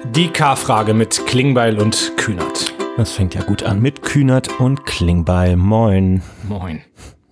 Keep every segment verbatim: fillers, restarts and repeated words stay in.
Die K-Frage mit Klingbeil und Kühnert. Das fängt ja gut an mit Kühnert und Klingbeil. Moin. Moin.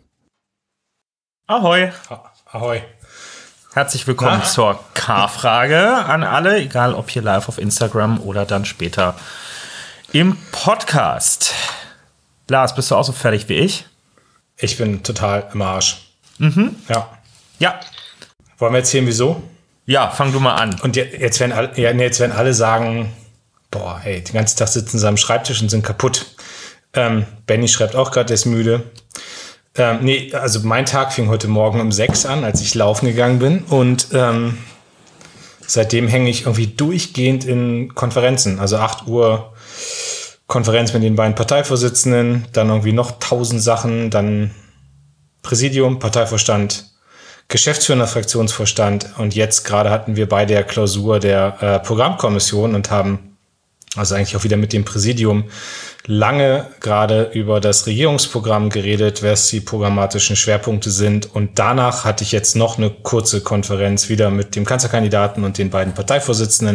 Ahoi. Ahoi. Herzlich willkommen Na? zur K-Frage an alle, egal ob hier live auf Instagram oder dann später im Podcast. Lars, bist du auch so fertig wie ich? Ich bin total im Arsch. Mhm. Ja. Ja. Wollen wir erzählen, wieso? Ja, fang du mal an. Und jetzt werden alle, ja, jetzt werden alle sagen, boah, hey, den ganzen Tag sitzen sie am Schreibtisch und sind kaputt. Ähm, Benny schreibt auch gerade, der ist müde. Ähm, nee, also mein Tag fing heute Morgen um sechs an, als ich laufen gegangen bin. Und ähm, seitdem hänge ich irgendwie durchgehend in Konferenzen. Also acht Uhr Konferenz mit den beiden Parteivorsitzenden, dann irgendwie noch tausend Sachen, dann Präsidium, Parteivorstand, Geschäftsführender Fraktionsvorstand, und jetzt gerade hatten wir bei der Klausur der äh, Programmkommission und haben also eigentlich auch wieder mit dem Präsidium lange gerade über das Regierungsprogramm geredet, was die programmatischen Schwerpunkte sind, und danach hatte ich jetzt noch eine kurze Konferenz wieder mit dem Kanzlerkandidaten und den beiden Parteivorsitzenden,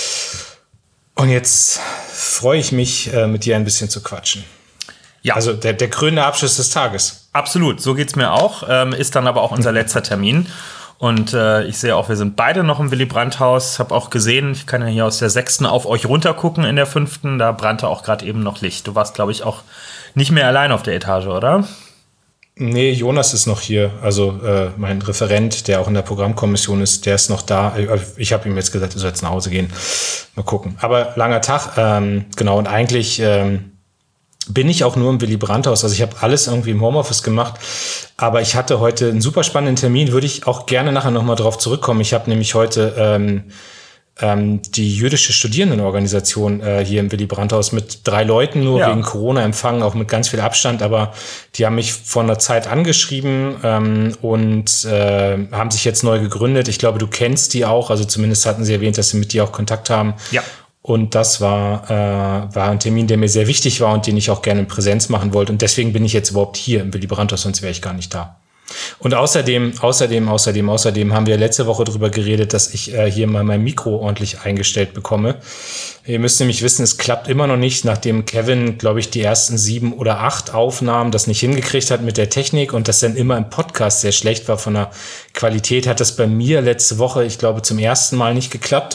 und jetzt freue ich mich, äh, mit dir ein bisschen zu quatschen. Ja. Also der, der krönende Abschluss des Tages. Absolut, so geht's mir auch. Ähm, ist dann aber auch unser letzter Termin. Und äh, ich sehe auch, wir sind beide noch im Willy-Brandt-Haus. Habe auch gesehen, ich kann ja hier aus der sechsten auf euch runtergucken in der fünften. Da brannte auch gerade eben noch Licht. Du warst, glaube ich, auch nicht mehr allein auf der Etage, oder? Nee, Jonas ist noch hier. Also äh, mein Referent, der auch in der Programmkommission ist, der ist noch da. Ich habe ihm jetzt gesagt, er soll jetzt nach Hause gehen. Mal gucken. Aber langer Tag. Ähm, genau, und eigentlich ähm, bin ich auch nur im Willy-Brandt-Haus. Also ich habe alles irgendwie im Homeoffice gemacht. Aber ich hatte heute einen super spannenden Termin. Würde ich auch gerne nachher nochmal drauf zurückkommen. Ich habe nämlich heute ähm, ähm, die jüdische Studierendenorganisation äh, hier im Willy-Brandt-Haus mit drei Leuten nur ja. wegen Corona empfangen, auch mit ganz viel Abstand. Aber die haben mich vor einer Zeit angeschrieben ähm, und äh, haben sich jetzt neu gegründet. Ich glaube, du kennst die auch. Also zumindest hatten sie erwähnt, dass sie mit dir auch Kontakt haben. Ja. Und das war, äh, war ein Termin, der mir sehr wichtig war und den ich auch gerne in Präsenz machen wollte. Und deswegen bin ich jetzt überhaupt hier im Willy-Brandt-Haus, sonst wäre ich gar nicht da. Und außerdem, außerdem, außerdem, außerdem haben wir letzte Woche darüber geredet, dass ich äh, hier mal mein Mikro ordentlich eingestellt bekomme. Ihr müsst nämlich wissen, es klappt immer noch nicht, nachdem Kevin, glaube ich, die ersten sieben oder acht Aufnahmen das nicht hingekriegt hat mit der Technik und das dann immer im Podcast sehr schlecht war von der Qualität, hat das bei mir letzte Woche, ich glaube, zum ersten Mal nicht geklappt.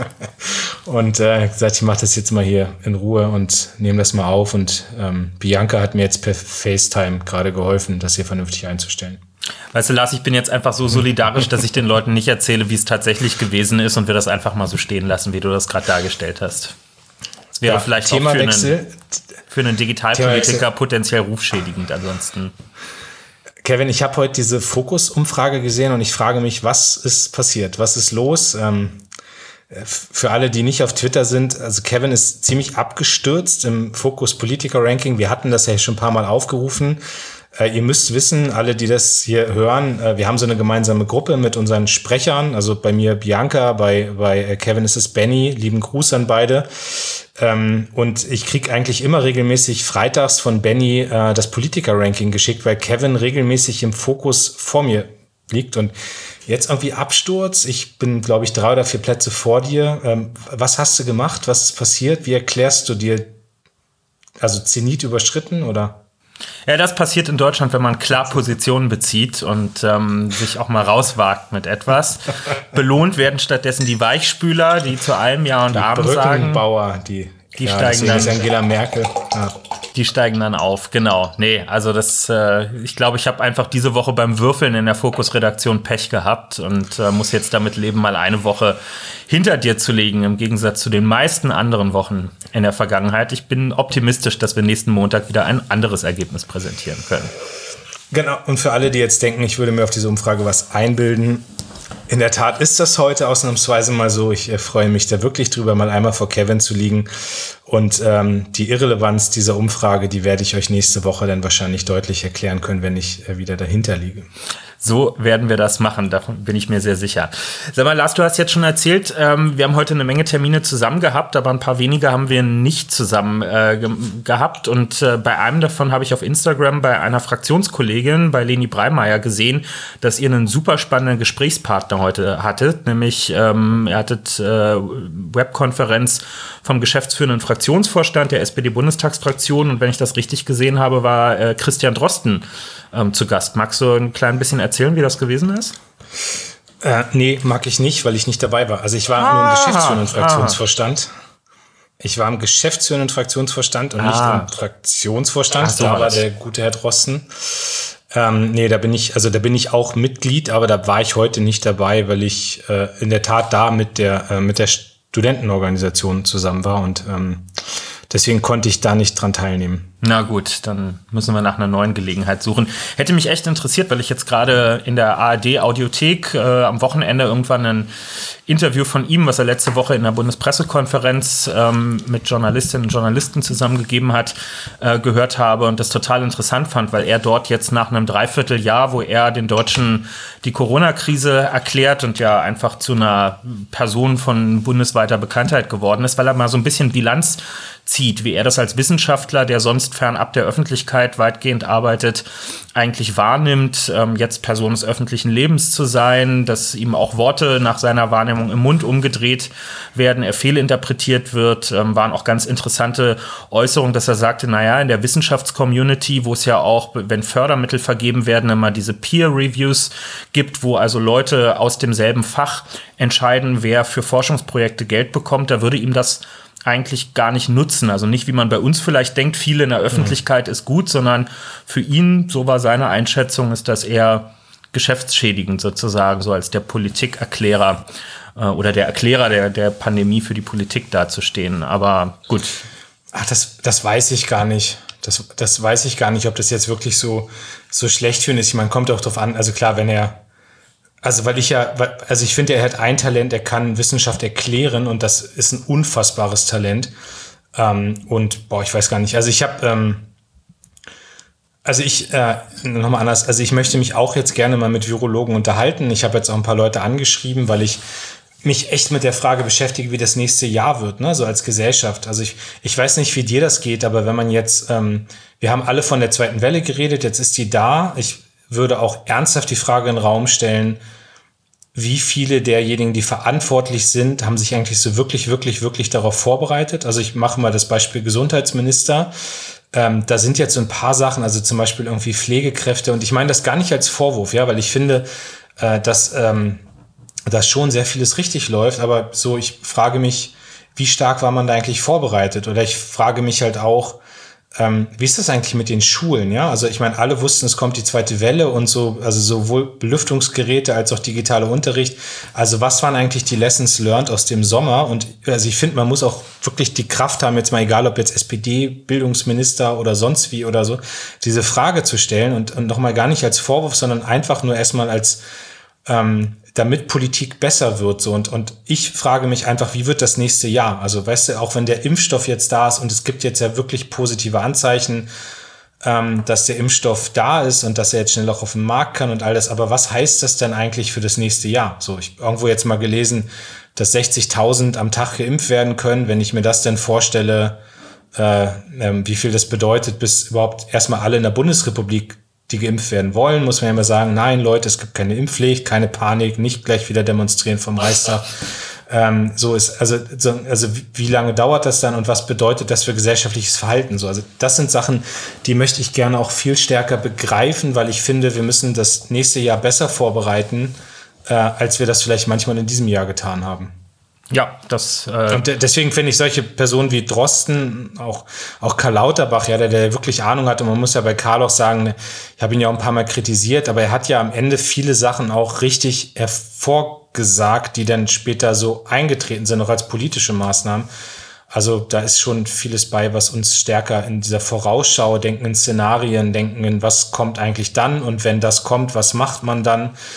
Und äh, gesagt, ich mache das jetzt mal hier in Ruhe und nehme das mal auf. Und ähm, Bianca hat mir jetzt per FaceTime gerade geholfen, das hier vernünftig einzustellen. Weißt du, Lars, ich bin jetzt einfach so solidarisch, dass ich den Leuten nicht erzähle, wie es tatsächlich gewesen ist und wir das einfach mal so stehen lassen, wie du das gerade dargestellt hast. Das wäre ja, vielleicht auch für einen, für einen Digitalpolitiker potenziell rufschädigend ansonsten. Kevin, ich habe heute diese Fokus-Umfrage gesehen und ich frage mich, was ist passiert? Was ist los? Ähm, Für alle, die nicht auf Twitter sind, also Kevin ist ziemlich abgestürzt im Fokus Politiker Ranking. Wir hatten das ja schon ein paar Mal aufgerufen. Äh, ihr müsst wissen, alle, die das hier hören, äh, wir haben so eine gemeinsame Gruppe mit unseren Sprechern. Also bei mir Bianca, bei, bei Kevin ist es Benny. Lieben Gruß an beide. Ähm, und ich krieg eigentlich immer regelmäßig freitags von Benny äh, das Politiker Ranking geschickt, weil Kevin regelmäßig im Fokus vor mir liegt und jetzt irgendwie Absturz. Ich bin, glaube ich, drei oder vier Plätze vor dir. Ähm, was hast du gemacht? Was ist passiert? Wie erklärst du dir, also Zenit überschritten oder? Ja, das passiert in Deutschland, wenn man klar Positionen bezieht und ähm, sich auch mal rauswagt mit etwas. Belohnt werden stattdessen die Weichspüler, die zu allem Ja und Amen sagen. Brückenbauer, die, die ja, steigen dann. Angela Merkel. Ja. Die steigen dann auf, genau. Nee, also das, äh, ich glaube, ich habe einfach diese Woche beim Würfeln in der Fokus-Redaktion Pech gehabt und äh, muss jetzt damit leben, mal eine Woche hinter dir zu legen, im Gegensatz zu den meisten anderen Wochen in der Vergangenheit. Ich bin optimistisch, dass wir nächsten Montag wieder ein anderes Ergebnis präsentieren können. Genau, und für alle, die jetzt denken, ich würde mir auf diese Umfrage was einbilden, in der Tat ist das heute ausnahmsweise mal so. Ich äh, freue mich da wirklich drüber, mal einmal vor Kevin zu liegen. Und ähm, die Irrelevanz dieser Umfrage, die werde ich euch nächste Woche dann wahrscheinlich deutlich erklären können, wenn ich äh, wieder dahinter liege. So werden wir das machen, davon bin ich mir sehr sicher. Sag mal, Lars, du hast jetzt schon erzählt, ähm, wir haben heute eine Menge Termine zusammen gehabt, aber ein paar wenige haben wir nicht zusammen äh, ge- gehabt. Und äh, bei einem davon habe ich auf Instagram bei einer Fraktionskollegin, bei Leni Breimeyer, gesehen, dass ihr einen super spannenden Gesprächspartner heute hattet, nämlich ähm, ihr hattet äh, Webkonferenz vom geschäftsführenden Fraktionsvorstand der S P D-Bundestagsfraktion, und wenn ich das richtig gesehen habe, war äh, Christian Drosten ähm, zu Gast. Magst du ein klein bisschen erzählen, wie das gewesen ist? Äh, nee, mag ich nicht, weil ich nicht dabei war. Also ich war ah, nur im geschäftsführenden Fraktionsvorstand. Ah. Ich war im geschäftsführenden Fraktionsvorstand und ah. nicht im Fraktionsvorstand. Ach, so da war das. Der gute Herr Drosten. Ähm, nee, da bin ich, also da bin ich auch Mitglied, aber da war ich heute nicht dabei, weil ich äh, in der Tat da mit der, äh, mit der Studentenorganisation zusammen war und ähm, deswegen konnte ich da nicht dran teilnehmen. Na gut, dann müssen wir nach einer neuen Gelegenheit suchen. Hätte mich echt interessiert, weil ich jetzt gerade in der A R D-Audiothek äh, am Wochenende irgendwann ein Interview von ihm, was er letzte Woche in der Bundespressekonferenz ähm, mit Journalistinnen und Journalisten zusammengegeben hat, äh, gehört habe und das total interessant fand, weil er dort jetzt nach einem Dreivierteljahr, wo er den Deutschen die Corona-Krise erklärt und ja einfach zu einer Person von bundesweiter Bekanntheit geworden ist, weil er mal so ein bisschen Bilanz zieht, wie er das als Wissenschaftler, der sonst fernab der Öffentlichkeit weitgehend arbeitet, eigentlich wahrnimmt, ähm, jetzt Person des öffentlichen Lebens zu sein, dass ihm auch Worte nach seiner Wahrnehmung im Mund umgedreht werden, er fehlinterpretiert wird, ähm, waren auch ganz interessante Äußerungen, dass er sagte, naja, in der Wissenschaftscommunity, wo es ja auch, wenn Fördermittel vergeben werden, immer diese Peer-Reviews gibt, wo also Leute aus demselben Fach entscheiden, wer für Forschungsprojekte Geld bekommt, da würde ihm das eigentlich gar nicht nutzen. Also nicht, wie man bei uns vielleicht denkt, viel in der Öffentlichkeit mhm. ist gut, sondern für ihn, so war seine Einschätzung, ist das eher geschäftsschädigend sozusagen, so als der Politikerklärer äh, oder der Erklärer der, der Pandemie für die Politik dazustehen. Aber gut. Ach, das, das weiß ich gar nicht. Das, das weiß ich gar nicht, ob das jetzt wirklich so, so schlecht für ihn ist. Ich meine, kommt auch drauf an. Also klar, wenn er Also weil ich ja, also ich finde, er hat ein Talent, er kann Wissenschaft erklären und das ist ein unfassbares Talent. Ähm, und boah, ich weiß gar nicht. Also ich habe, ähm, also ich, äh, nochmal anders, also ich möchte mich auch jetzt gerne mal mit Virologen unterhalten. Ich habe jetzt auch ein paar Leute angeschrieben, weil ich mich echt mit der Frage beschäftige, wie das nächste Jahr wird, ne, so als Gesellschaft. Also ich, ich weiß nicht, wie dir das geht, aber wenn man jetzt, ähm, wir haben alle von der zweiten Welle geredet, jetzt ist die da. Ich würde auch ernsthaft die Frage in den Raum stellen, wie viele derjenigen, die verantwortlich sind, haben sich eigentlich so wirklich, wirklich, wirklich darauf vorbereitet. Also ich mache mal das Beispiel Gesundheitsminister. Ähm, da sind jetzt so ein paar Sachen, also zum Beispiel irgendwie Pflegekräfte. Und ich meine das gar nicht als Vorwurf, ja, weil ich finde, äh, dass, ähm, dass schon sehr vieles richtig läuft. Aber so, ich frage mich, wie stark war man da eigentlich vorbereitet? Oder ich frage mich halt auch, Ähm, wie ist das eigentlich mit den Schulen? Ja, also ich meine, alle wussten, es kommt die zweite Welle und so, also sowohl Belüftungsgeräte als auch digitaler Unterricht. Also was waren eigentlich die Lessons learned aus dem Sommer? Und also ich finde, man muss auch wirklich die Kraft haben, jetzt mal egal, ob jetzt S P D-Bildungsminister oder sonst wie oder so, diese Frage zu stellen und, und nochmal gar nicht als Vorwurf, sondern einfach nur erstmal als ähm, damit Politik besser wird. So. Und, und ich frage mich einfach, wie wird das nächste Jahr? Also weißt du, auch wenn der Impfstoff jetzt da ist und es gibt jetzt ja wirklich positive Anzeichen, ähm, dass der Impfstoff da ist und dass er jetzt schnell auch auf den Markt kann und all das. Aber was heißt das denn eigentlich für das nächste Jahr? So, ich habe irgendwo jetzt mal gelesen, dass sechzigtausend am Tag geimpft werden können. Wenn ich mir das denn vorstelle, äh, äh, wie viel das bedeutet, bis überhaupt erstmal alle in der Bundesrepublik die geimpft werden wollen, muss man ja immer sagen, nein, Leute, es gibt keine Impfpflicht, keine Panik, nicht gleich wieder demonstrieren vom Reichstag. Ähm, so ist, also, so, also wie, wie lange dauert das dann und was bedeutet das für gesellschaftliches Verhalten? So, also das sind Sachen, die möchte ich gerne auch viel stärker begreifen, weil ich finde, wir müssen das nächste Jahr besser vorbereiten, äh, als wir das vielleicht manchmal in diesem Jahr getan haben. Ja, das. Äh und deswegen finde ich solche Personen wie Drosten, auch, auch Karl Lauterbach, ja, der, der wirklich Ahnung hat. Und man muss ja bei Karl auch sagen, ich habe ihn ja auch ein paar Mal kritisiert, aber er hat ja am Ende viele Sachen auch richtig hervorgesagt, die dann später so eingetreten sind, auch als politische Maßnahmen. Also da ist schon vieles bei, was uns stärker in dieser Vorausschau denken, in Szenarien denken, in was kommt eigentlich dann und wenn das kommt, was macht man dann?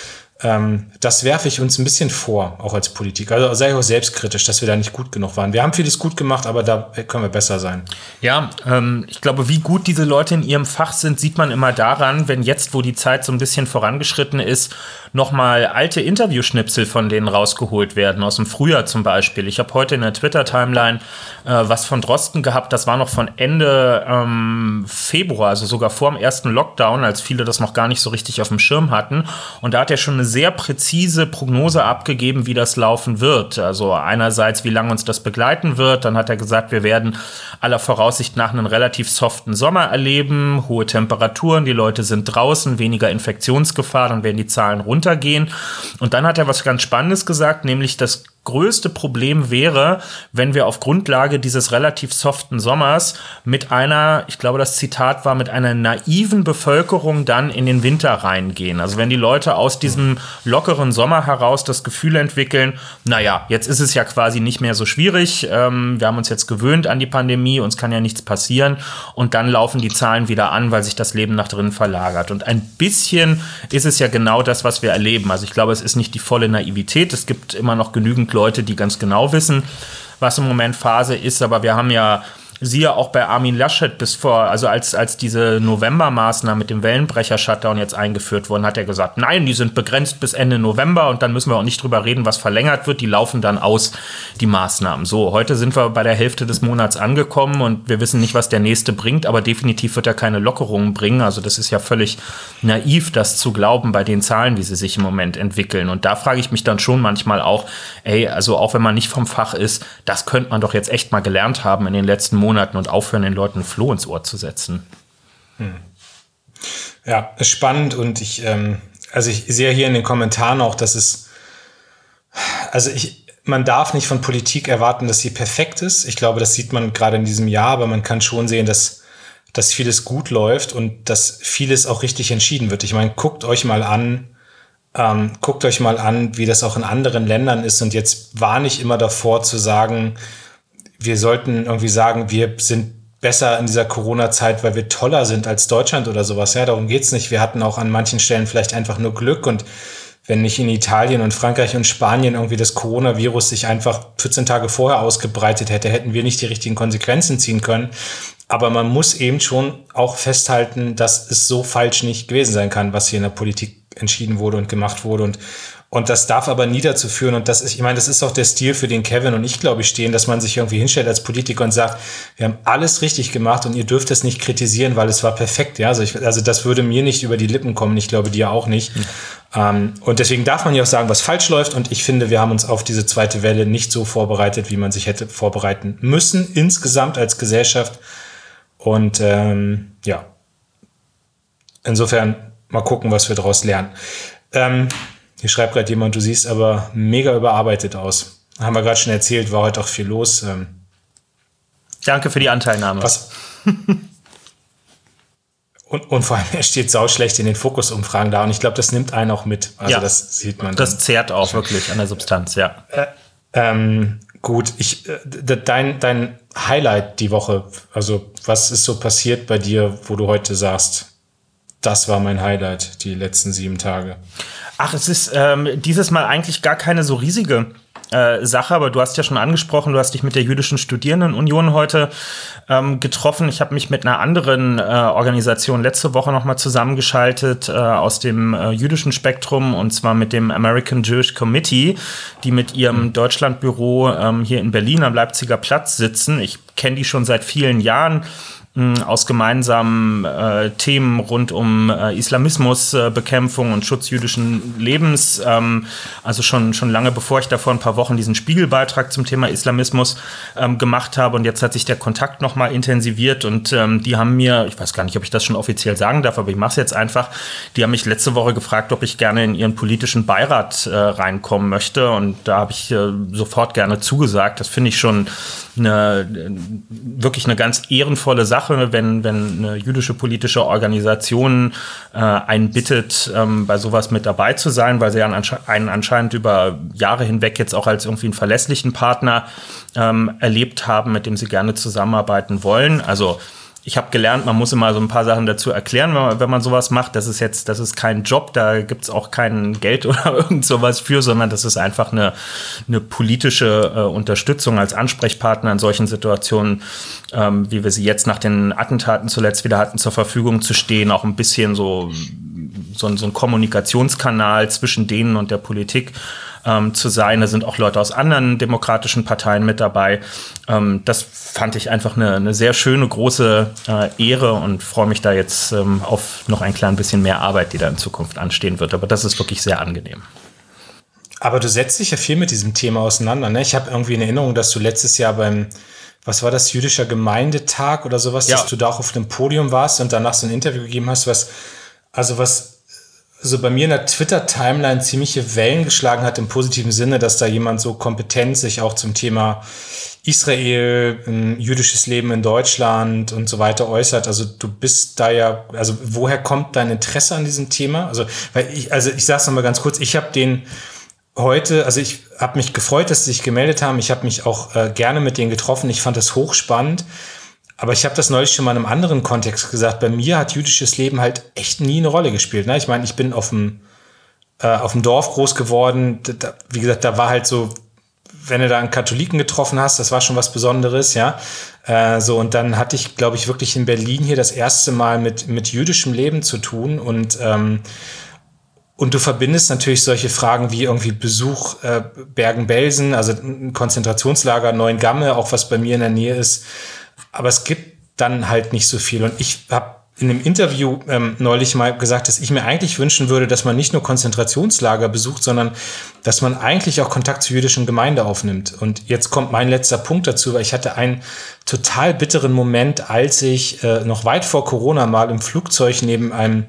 Ähm, das werfe ich uns ein bisschen vor, auch als Politiker. Also sei ich auch selbstkritisch, dass wir da nicht gut genug waren. Wir haben vieles gut gemacht, aber da können wir besser sein. Ja, ähm, ich glaube, wie gut diese Leute in ihrem Fach sind, sieht man immer daran, wenn jetzt, wo die Zeit so ein bisschen vorangeschritten ist, nochmal alte Interviewschnipsel von denen rausgeholt werden, aus dem Frühjahr zum Beispiel. Ich habe heute in der Twitter-Timeline äh, was von Drosten gehabt, das war noch von Ende ähm, Februar, also sogar vor dem ersten Lockdown, als viele das noch gar nicht so richtig auf dem Schirm hatten. Und da hat er schon eine sehr präzise Prognose abgegeben, wie das laufen wird. Also einerseits, wie lange uns das begleiten wird. Dann hat er gesagt, wir werden aller Voraussicht nach einen relativ soften Sommer erleben, hohe Temperaturen, die Leute sind draußen, weniger Infektionsgefahr, dann werden die Zahlen runtergehen. Und dann hat er was ganz Spannendes gesagt, nämlich das größte Problem wäre, wenn wir auf Grundlage dieses relativ soften Sommers mit einer, ich glaube, das Zitat war, mit einer naiven Bevölkerung dann in den Winter reingehen. Also wenn die Leute aus diesem lockeren Sommer heraus das Gefühl entwickeln, naja, jetzt ist es ja quasi nicht mehr so schwierig, ähm, wir haben uns jetzt gewöhnt an die Pandemie, uns kann ja nichts passieren und dann laufen die Zahlen wieder an, weil sich das Leben nach drinnen verlagert. Und ein bisschen ist es ja genau das, was wir erleben. Also ich glaube, es ist nicht die volle Naivität, es gibt immer noch genügend Leute, die ganz genau wissen, was im Moment Phase ist, aber wir haben ja siehe auch bei Armin Laschet bis vor, also als, als diese November-Maßnahmen mit dem Wellenbrecher-Shutdown jetzt eingeführt wurden, hat er gesagt, nein, die sind begrenzt bis Ende November und dann müssen wir auch nicht drüber reden, was verlängert wird, die laufen dann aus, die Maßnahmen. So, heute sind wir bei der Hälfte des Monats angekommen und wir wissen nicht, was der nächste bringt, aber definitiv wird er keine Lockerungen bringen, also das ist ja völlig naiv, das zu glauben bei den Zahlen, wie sie sich im Moment entwickeln und da frage ich mich dann schon manchmal auch, ey, also auch wenn man nicht vom Fach ist, das könnte man doch jetzt echt mal gelernt haben in den letzten Monaten und aufhören, den Leuten ein Floh ins Ohr zu setzen. Hm. Ja, ist spannend und ich, ähm, also ich sehe hier in den Kommentaren auch, dass es, also ich, man darf nicht von Politik erwarten, dass sie perfekt ist. Ich glaube, das sieht man gerade in diesem Jahr, aber man kann schon sehen, dass, dass vieles gut läuft und dass vieles auch richtig entschieden wird. Ich meine, guckt euch mal an, ähm, guckt euch mal an, wie das auch in anderen Ländern ist und jetzt war nicht immer davor zu sagen, wir sollten irgendwie sagen, wir sind besser in dieser Corona-Zeit, weil wir toller sind als Deutschland oder sowas. Ja, darum geht's nicht. Wir hatten auch an manchen Stellen vielleicht einfach nur Glück und wenn nicht in Italien und Frankreich und Spanien irgendwie das Coronavirus sich einfach vierzehn Tage vorher ausgebreitet hätte, hätten wir nicht die richtigen Konsequenzen ziehen können. Aber man muss eben schon auch festhalten, dass es so falsch nicht gewesen sein kann, was hier in der Politik entschieden wurde und gemacht wurde und Und das darf aber nie dazu führen, und das ist, ich meine, das ist auch der Stil, für den Kevin und ich, glaube ich, stehen, dass man sich irgendwie hinstellt als Politiker und sagt, wir haben alles richtig gemacht und ihr dürft es nicht kritisieren, weil es war perfekt. Ja, also, ich, also das würde mir nicht über die Lippen kommen, ich glaube dir auch nicht. Mhm. Ähm, und deswegen darf man ja auch sagen, was falsch läuft. Und ich finde, wir haben uns auf diese zweite Welle nicht so vorbereitet, wie man sich hätte vorbereiten müssen, insgesamt als Gesellschaft. Und ähm, ja, insofern mal gucken, was wir daraus lernen. Ähm, Hier schreibt gerade jemand, du siehst aber mega überarbeitet aus. Haben wir gerade schon erzählt, war heute auch viel los. Ähm Danke für die Anteilnahme. Was? und, und vor allem, er steht sauschlecht in den Fokusumfragen da. Und ich glaube, das nimmt einen auch mit. Also ja, das sieht man. Das dann. Zehrt auch wirklich an der Substanz, ja. Äh, ähm, gut, ich, äh, dein, dein Highlight die Woche, also was ist so passiert bei dir, wo du heute sagst, das war mein Highlight, die letzten sieben Tage? Ach, es ist ähm, dieses Mal eigentlich gar keine so riesige äh, Sache, aber du hast ja schon angesprochen, du hast dich mit der Jüdischen Studierendenunion heute ähm, getroffen. Ich habe mich mit einer anderen äh, Organisation letzte Woche nochmal zusammengeschaltet äh, aus dem äh, jüdischen Spektrum und zwar mit dem American Jewish Committee, die mit ihrem Deutschlandbüro ähm, hier in Berlin am Leipziger Platz sitzen. Ich kenne die schon seit vielen Jahren aus gemeinsamen äh, Themen rund um äh, Islamismusbekämpfung äh, und Schutz jüdischen Lebens. Ähm, also schon, schon lange bevor ich da vor ein paar Wochen diesen Spiegelbeitrag zum Thema Islamismus ähm, gemacht habe. Und jetzt hat sich der Kontakt nochmal intensiviert. Und ähm, die haben mir, ich weiß gar nicht, ob ich das schon offiziell sagen darf, aber ich mache es jetzt einfach, die haben mich letzte Woche gefragt, ob ich gerne in ihren politischen Beirat äh, reinkommen möchte. Und da habe ich äh, sofort gerne zugesagt. Das finde ich schon eine, wirklich eine ganz ehrenvolle Sache, wenn, wenn eine jüdische politische Organisation äh, einen bittet, ähm, bei sowas mit dabei zu sein, weil sie einen, ansche- einen anscheinend über Jahre hinweg jetzt auch als irgendwie einen verlässlichen Partner ähm, erlebt haben, mit dem sie gerne zusammenarbeiten wollen. Also ich habe gelernt, man muss immer so ein paar Sachen dazu erklären, wenn man, wenn man sowas macht. Das ist jetzt, das ist kein Job, da gibt es auch kein Geld oder irgend sowas für, sondern das ist einfach eine, eine politische äh, Unterstützung als Ansprechpartner in solchen Situationen, ähm, wie wir sie jetzt nach den Attentaten zuletzt wieder hatten, zur Verfügung zu stehen. Auch ein bisschen so, so, so ein Kommunikationskanal zwischen denen und der Politik Ähm, zu sein. Da sind auch Leute aus anderen demokratischen Parteien mit dabei. Ähm, das fand ich einfach eine, eine sehr schöne, große äh, Ehre und freue mich da jetzt ähm, auf noch ein klein bisschen mehr Arbeit, die da in Zukunft anstehen wird. Aber das ist wirklich sehr angenehm. Aber du setzt dich ja viel mit diesem Thema auseinander, ne? Ich habe irgendwie in Erinnerung, dass du letztes Jahr beim, was war das, jüdischer Gemeindetag oder sowas, ja. dass du da auch auf dem Podium warst und danach so ein Interview gegeben hast, was, also was so bei mir in der Twitter-Timeline ziemliche Wellen geschlagen hat im positiven Sinne, dass da jemand so kompetent sich auch zum Thema Israel, jüdisches Leben in Deutschland und so weiter äußert. Also du bist da ja, also woher kommt dein Interesse an diesem Thema? Also, weil ich, also ich sag's nochmal ganz kurz, ich habe den heute, also ich habe mich gefreut, dass sie sich gemeldet haben. Ich habe mich auch äh, gerne mit denen getroffen. Ich fand das hochspannend. Aber ich habe das neulich schon mal in einem anderen Kontext gesagt. Bei mir hat jüdisches Leben halt echt nie eine Rolle gespielt. Ne? Ich meine, ich bin auf dem, äh, auf dem Dorf groß geworden. Da, wie gesagt, da war halt so, wenn du da einen Katholiken getroffen hast, das war schon was Besonderes, ja. Äh, so, und dann hatte ich, glaube ich, wirklich in Berlin hier das erste Mal mit, mit jüdischem Leben zu tun. Und, ähm, und du verbindest natürlich solche Fragen wie irgendwie Besuch äh, Bergen-Belsen, also ein Konzentrationslager Neuengamme, auch was bei mir in der Nähe ist. Aber es gibt dann halt nicht so viel. Und ich habe in einem Interview ähm, neulich mal gesagt, dass ich mir eigentlich wünschen würde, dass man nicht nur Konzentrationslager besucht, sondern dass man eigentlich auch Kontakt zur jüdischen Gemeinde aufnimmt. Und jetzt kommt mein letzter Punkt dazu, weil ich hatte einen total bitteren Moment, als ich äh, noch weit vor Corona mal im Flugzeug neben einem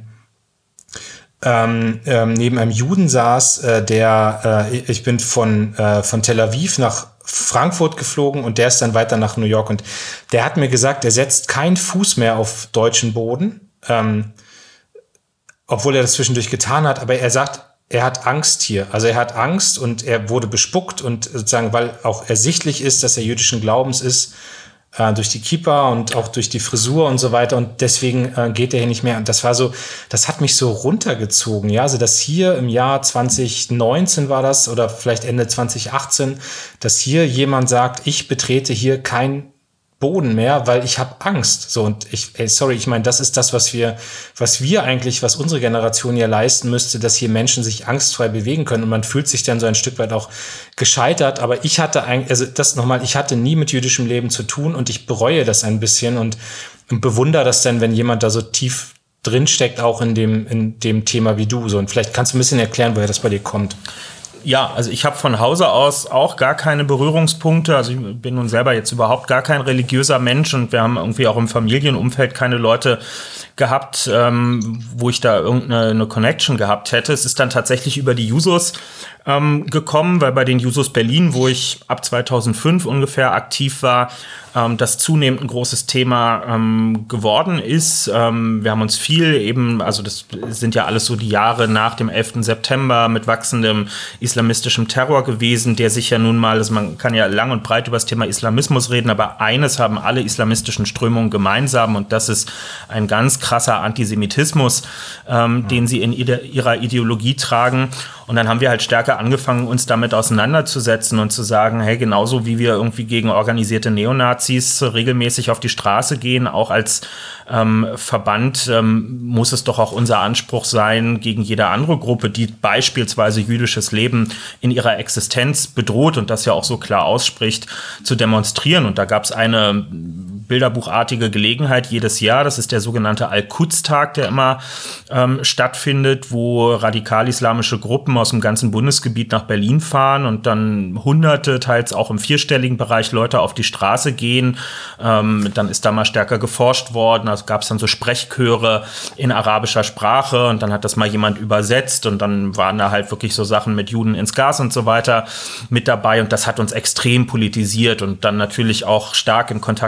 ähm, ähm, neben einem Juden saß, äh, der äh, ich bin von äh, von Tel Aviv nach Frankfurt geflogen und der ist dann weiter nach New York und der hat mir gesagt, er setzt keinen Fuß mehr auf deutschen Boden, ähm, obwohl er das zwischendurch getan hat, aber er sagt, er hat Angst hier, also er hat Angst und er wurde bespuckt und sozusagen, weil auch ersichtlich ist, dass er jüdischen Glaubens ist, äh, durch die Kippa und auch durch die Frisur und so weiter und deswegen äh, geht er hier nicht mehr und das war so, das hat mich so runtergezogen, ja, also dass hier im Jahr zwanzig neunzehn war das oder vielleicht Ende zwanzig achtzehn, dass hier jemand sagt, ich betrete hier kein Boden mehr, weil ich habe Angst. So und ich, ey, sorry, ich meine, das ist das, was wir, was wir eigentlich, was unsere Generation ja leisten müsste, dass hier Menschen sich angstfrei bewegen können und man fühlt sich dann so ein Stück weit auch gescheitert. Aber ich hatte eigentlich, also das nochmal, ich hatte nie mit jüdischem Leben zu tun und ich bereue das ein bisschen und, und bewundere das dann, wenn jemand da so tief drinsteckt, auch in dem, in dem Thema wie du. So und vielleicht kannst du ein bisschen erklären, woher das bei dir kommt. Ja, also ich habe von Hause aus auch gar keine Berührungspunkte. Also ich bin nun selber jetzt überhaupt gar kein religiöser Mensch und wir haben irgendwie auch im Familienumfeld keine Leute gehabt, ähm, wo ich da irgendeine eine Connection gehabt hätte. Es ist dann tatsächlich über die Jusos ähm, gekommen, weil bei den Jusos Berlin, wo ich ab zweitausendfünf ungefähr aktiv war, ähm, das zunehmend ein großes Thema ähm, geworden ist. Ähm, wir haben uns viel eben, also das sind ja alles so die Jahre nach dem elften September mit wachsendem islamistischem Terror gewesen, der sich ja nun mal, also man kann ja lang und breit über das Thema Islamismus reden, aber eines haben alle islamistischen Strömungen gemeinsam und das ist ein ganz krasser Antisemitismus, ähm, mhm. den sie in ide- ihrer Ideologie tragen. Und dann haben wir halt stärker angefangen, uns damit auseinanderzusetzen und zu sagen, hey, genauso wie wir irgendwie gegen organisierte Neonazis regelmäßig auf die Straße gehen, auch als ähm, Verband ähm, muss es doch auch unser Anspruch sein, gegen jede andere Gruppe, die beispielsweise jüdisches Leben in ihrer Existenz bedroht und das ja auch so klar ausspricht, zu demonstrieren. Und da gab es eine bilderbuchartige Gelegenheit jedes Jahr, das ist der sogenannte Al-Quds-Tag, der immer ähm, stattfindet, wo radikal-islamische Gruppen aus dem ganzen Bundesgebiet nach Berlin fahren und dann hunderte, teils auch im vierstelligen Bereich Leute auf die Straße gehen. Ähm, dann ist da mal stärker geforscht worden, also gab es dann so Sprechchöre in arabischer Sprache und dann hat das mal jemand übersetzt und dann waren da halt wirklich so Sachen mit Juden ins Gas und so weiter mit dabei und das hat uns extrem politisiert und dann natürlich auch stark in Kontakt mit der jüdischen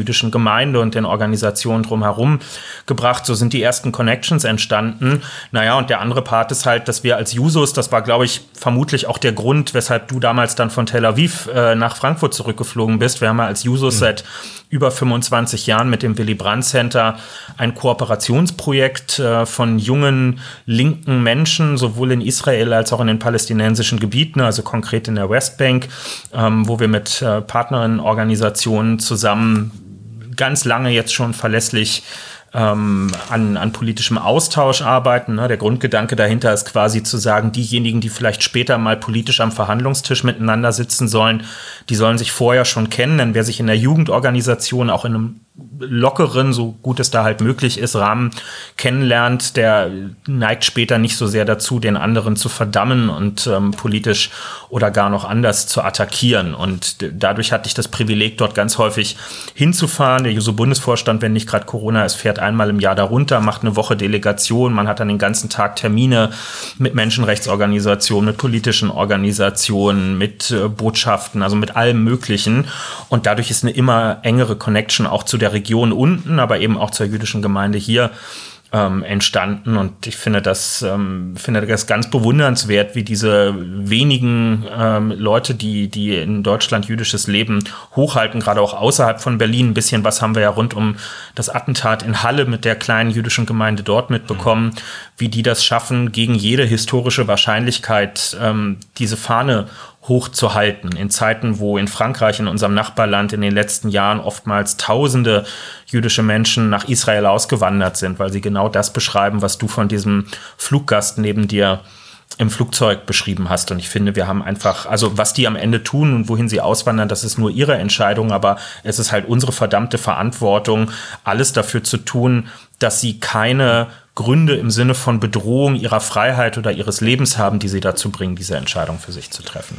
jüdischen Gemeinde und den Organisationen drumherum gebracht. So sind die ersten Connections entstanden. Naja, und der andere Part ist halt, dass wir als Jusos, das war, glaube ich, vermutlich auch der Grund, weshalb du damals dann von Tel Aviv äh, nach Frankfurt zurückgeflogen bist. Wir haben ja als Jusos mhm. seit über fünfundzwanzig Jahren mit dem Willy Brandt Center ein Kooperationsprojekt äh, von jungen linken Menschen, sowohl in Israel als auch in den palästinensischen Gebieten, also konkret in der Westbank, ähm, wo wir mit äh, Partnerinnenorganisationen zusammen ganz lange jetzt schon verlässlich ähm, an, an politischem Austausch arbeiten. Ne? Der Grundgedanke dahinter ist quasi zu sagen, diejenigen, die vielleicht später mal politisch am Verhandlungstisch miteinander sitzen sollen, die sollen sich vorher schon kennen, denn wer sich in der Jugendorganisation auch in einem lockeren, so gut es da halt möglich ist, Rahmen kennenlernt, der neigt später nicht so sehr dazu, den anderen zu verdammen und ähm, politisch oder gar noch anders zu attackieren. Und d- dadurch hatte ich das Privileg, dort ganz häufig hinzufahren. Der Juso-Bundesvorstand, wenn nicht gerade Corona ist, fährt einmal im Jahr darunter, macht eine Woche Delegation. Man hat dann den ganzen Tag Termine mit Menschenrechtsorganisationen, mit politischen Organisationen, mit äh, Botschaften, also mit allem Möglichen. Und dadurch ist eine immer engere Connection auch zu der Region unten, aber eben auch zur jüdischen Gemeinde hier ähm, entstanden. Und ich finde das, ähm, finde das ganz bewundernswert, wie diese wenigen ähm, Leute, die, die in Deutschland jüdisches Leben hochhalten, gerade auch außerhalb von Berlin. Ein bisschen was haben wir ja rund um das Attentat in Halle mit der kleinen jüdischen Gemeinde dort mitbekommen, mhm. wie die das schaffen, gegen jede historische Wahrscheinlichkeit ähm, diese Fahne hochzuhalten. In Zeiten, wo in Frankreich, in unserem Nachbarland, in den letzten Jahren oftmals tausende jüdische Menschen nach Israel ausgewandert sind, weil sie genau das beschreiben, was du von diesem Fluggast neben dir im Flugzeug beschrieben hast. Und ich finde, wir haben einfach, also was die am Ende tun und wohin sie auswandern, das ist nur ihre Entscheidung, aber es ist halt unsere verdammte Verantwortung, alles dafür zu tun, dass sie keine Gründe im Sinne von Bedrohung ihrer Freiheit oder ihres Lebens haben, die sie dazu bringen, diese Entscheidung für sich zu treffen.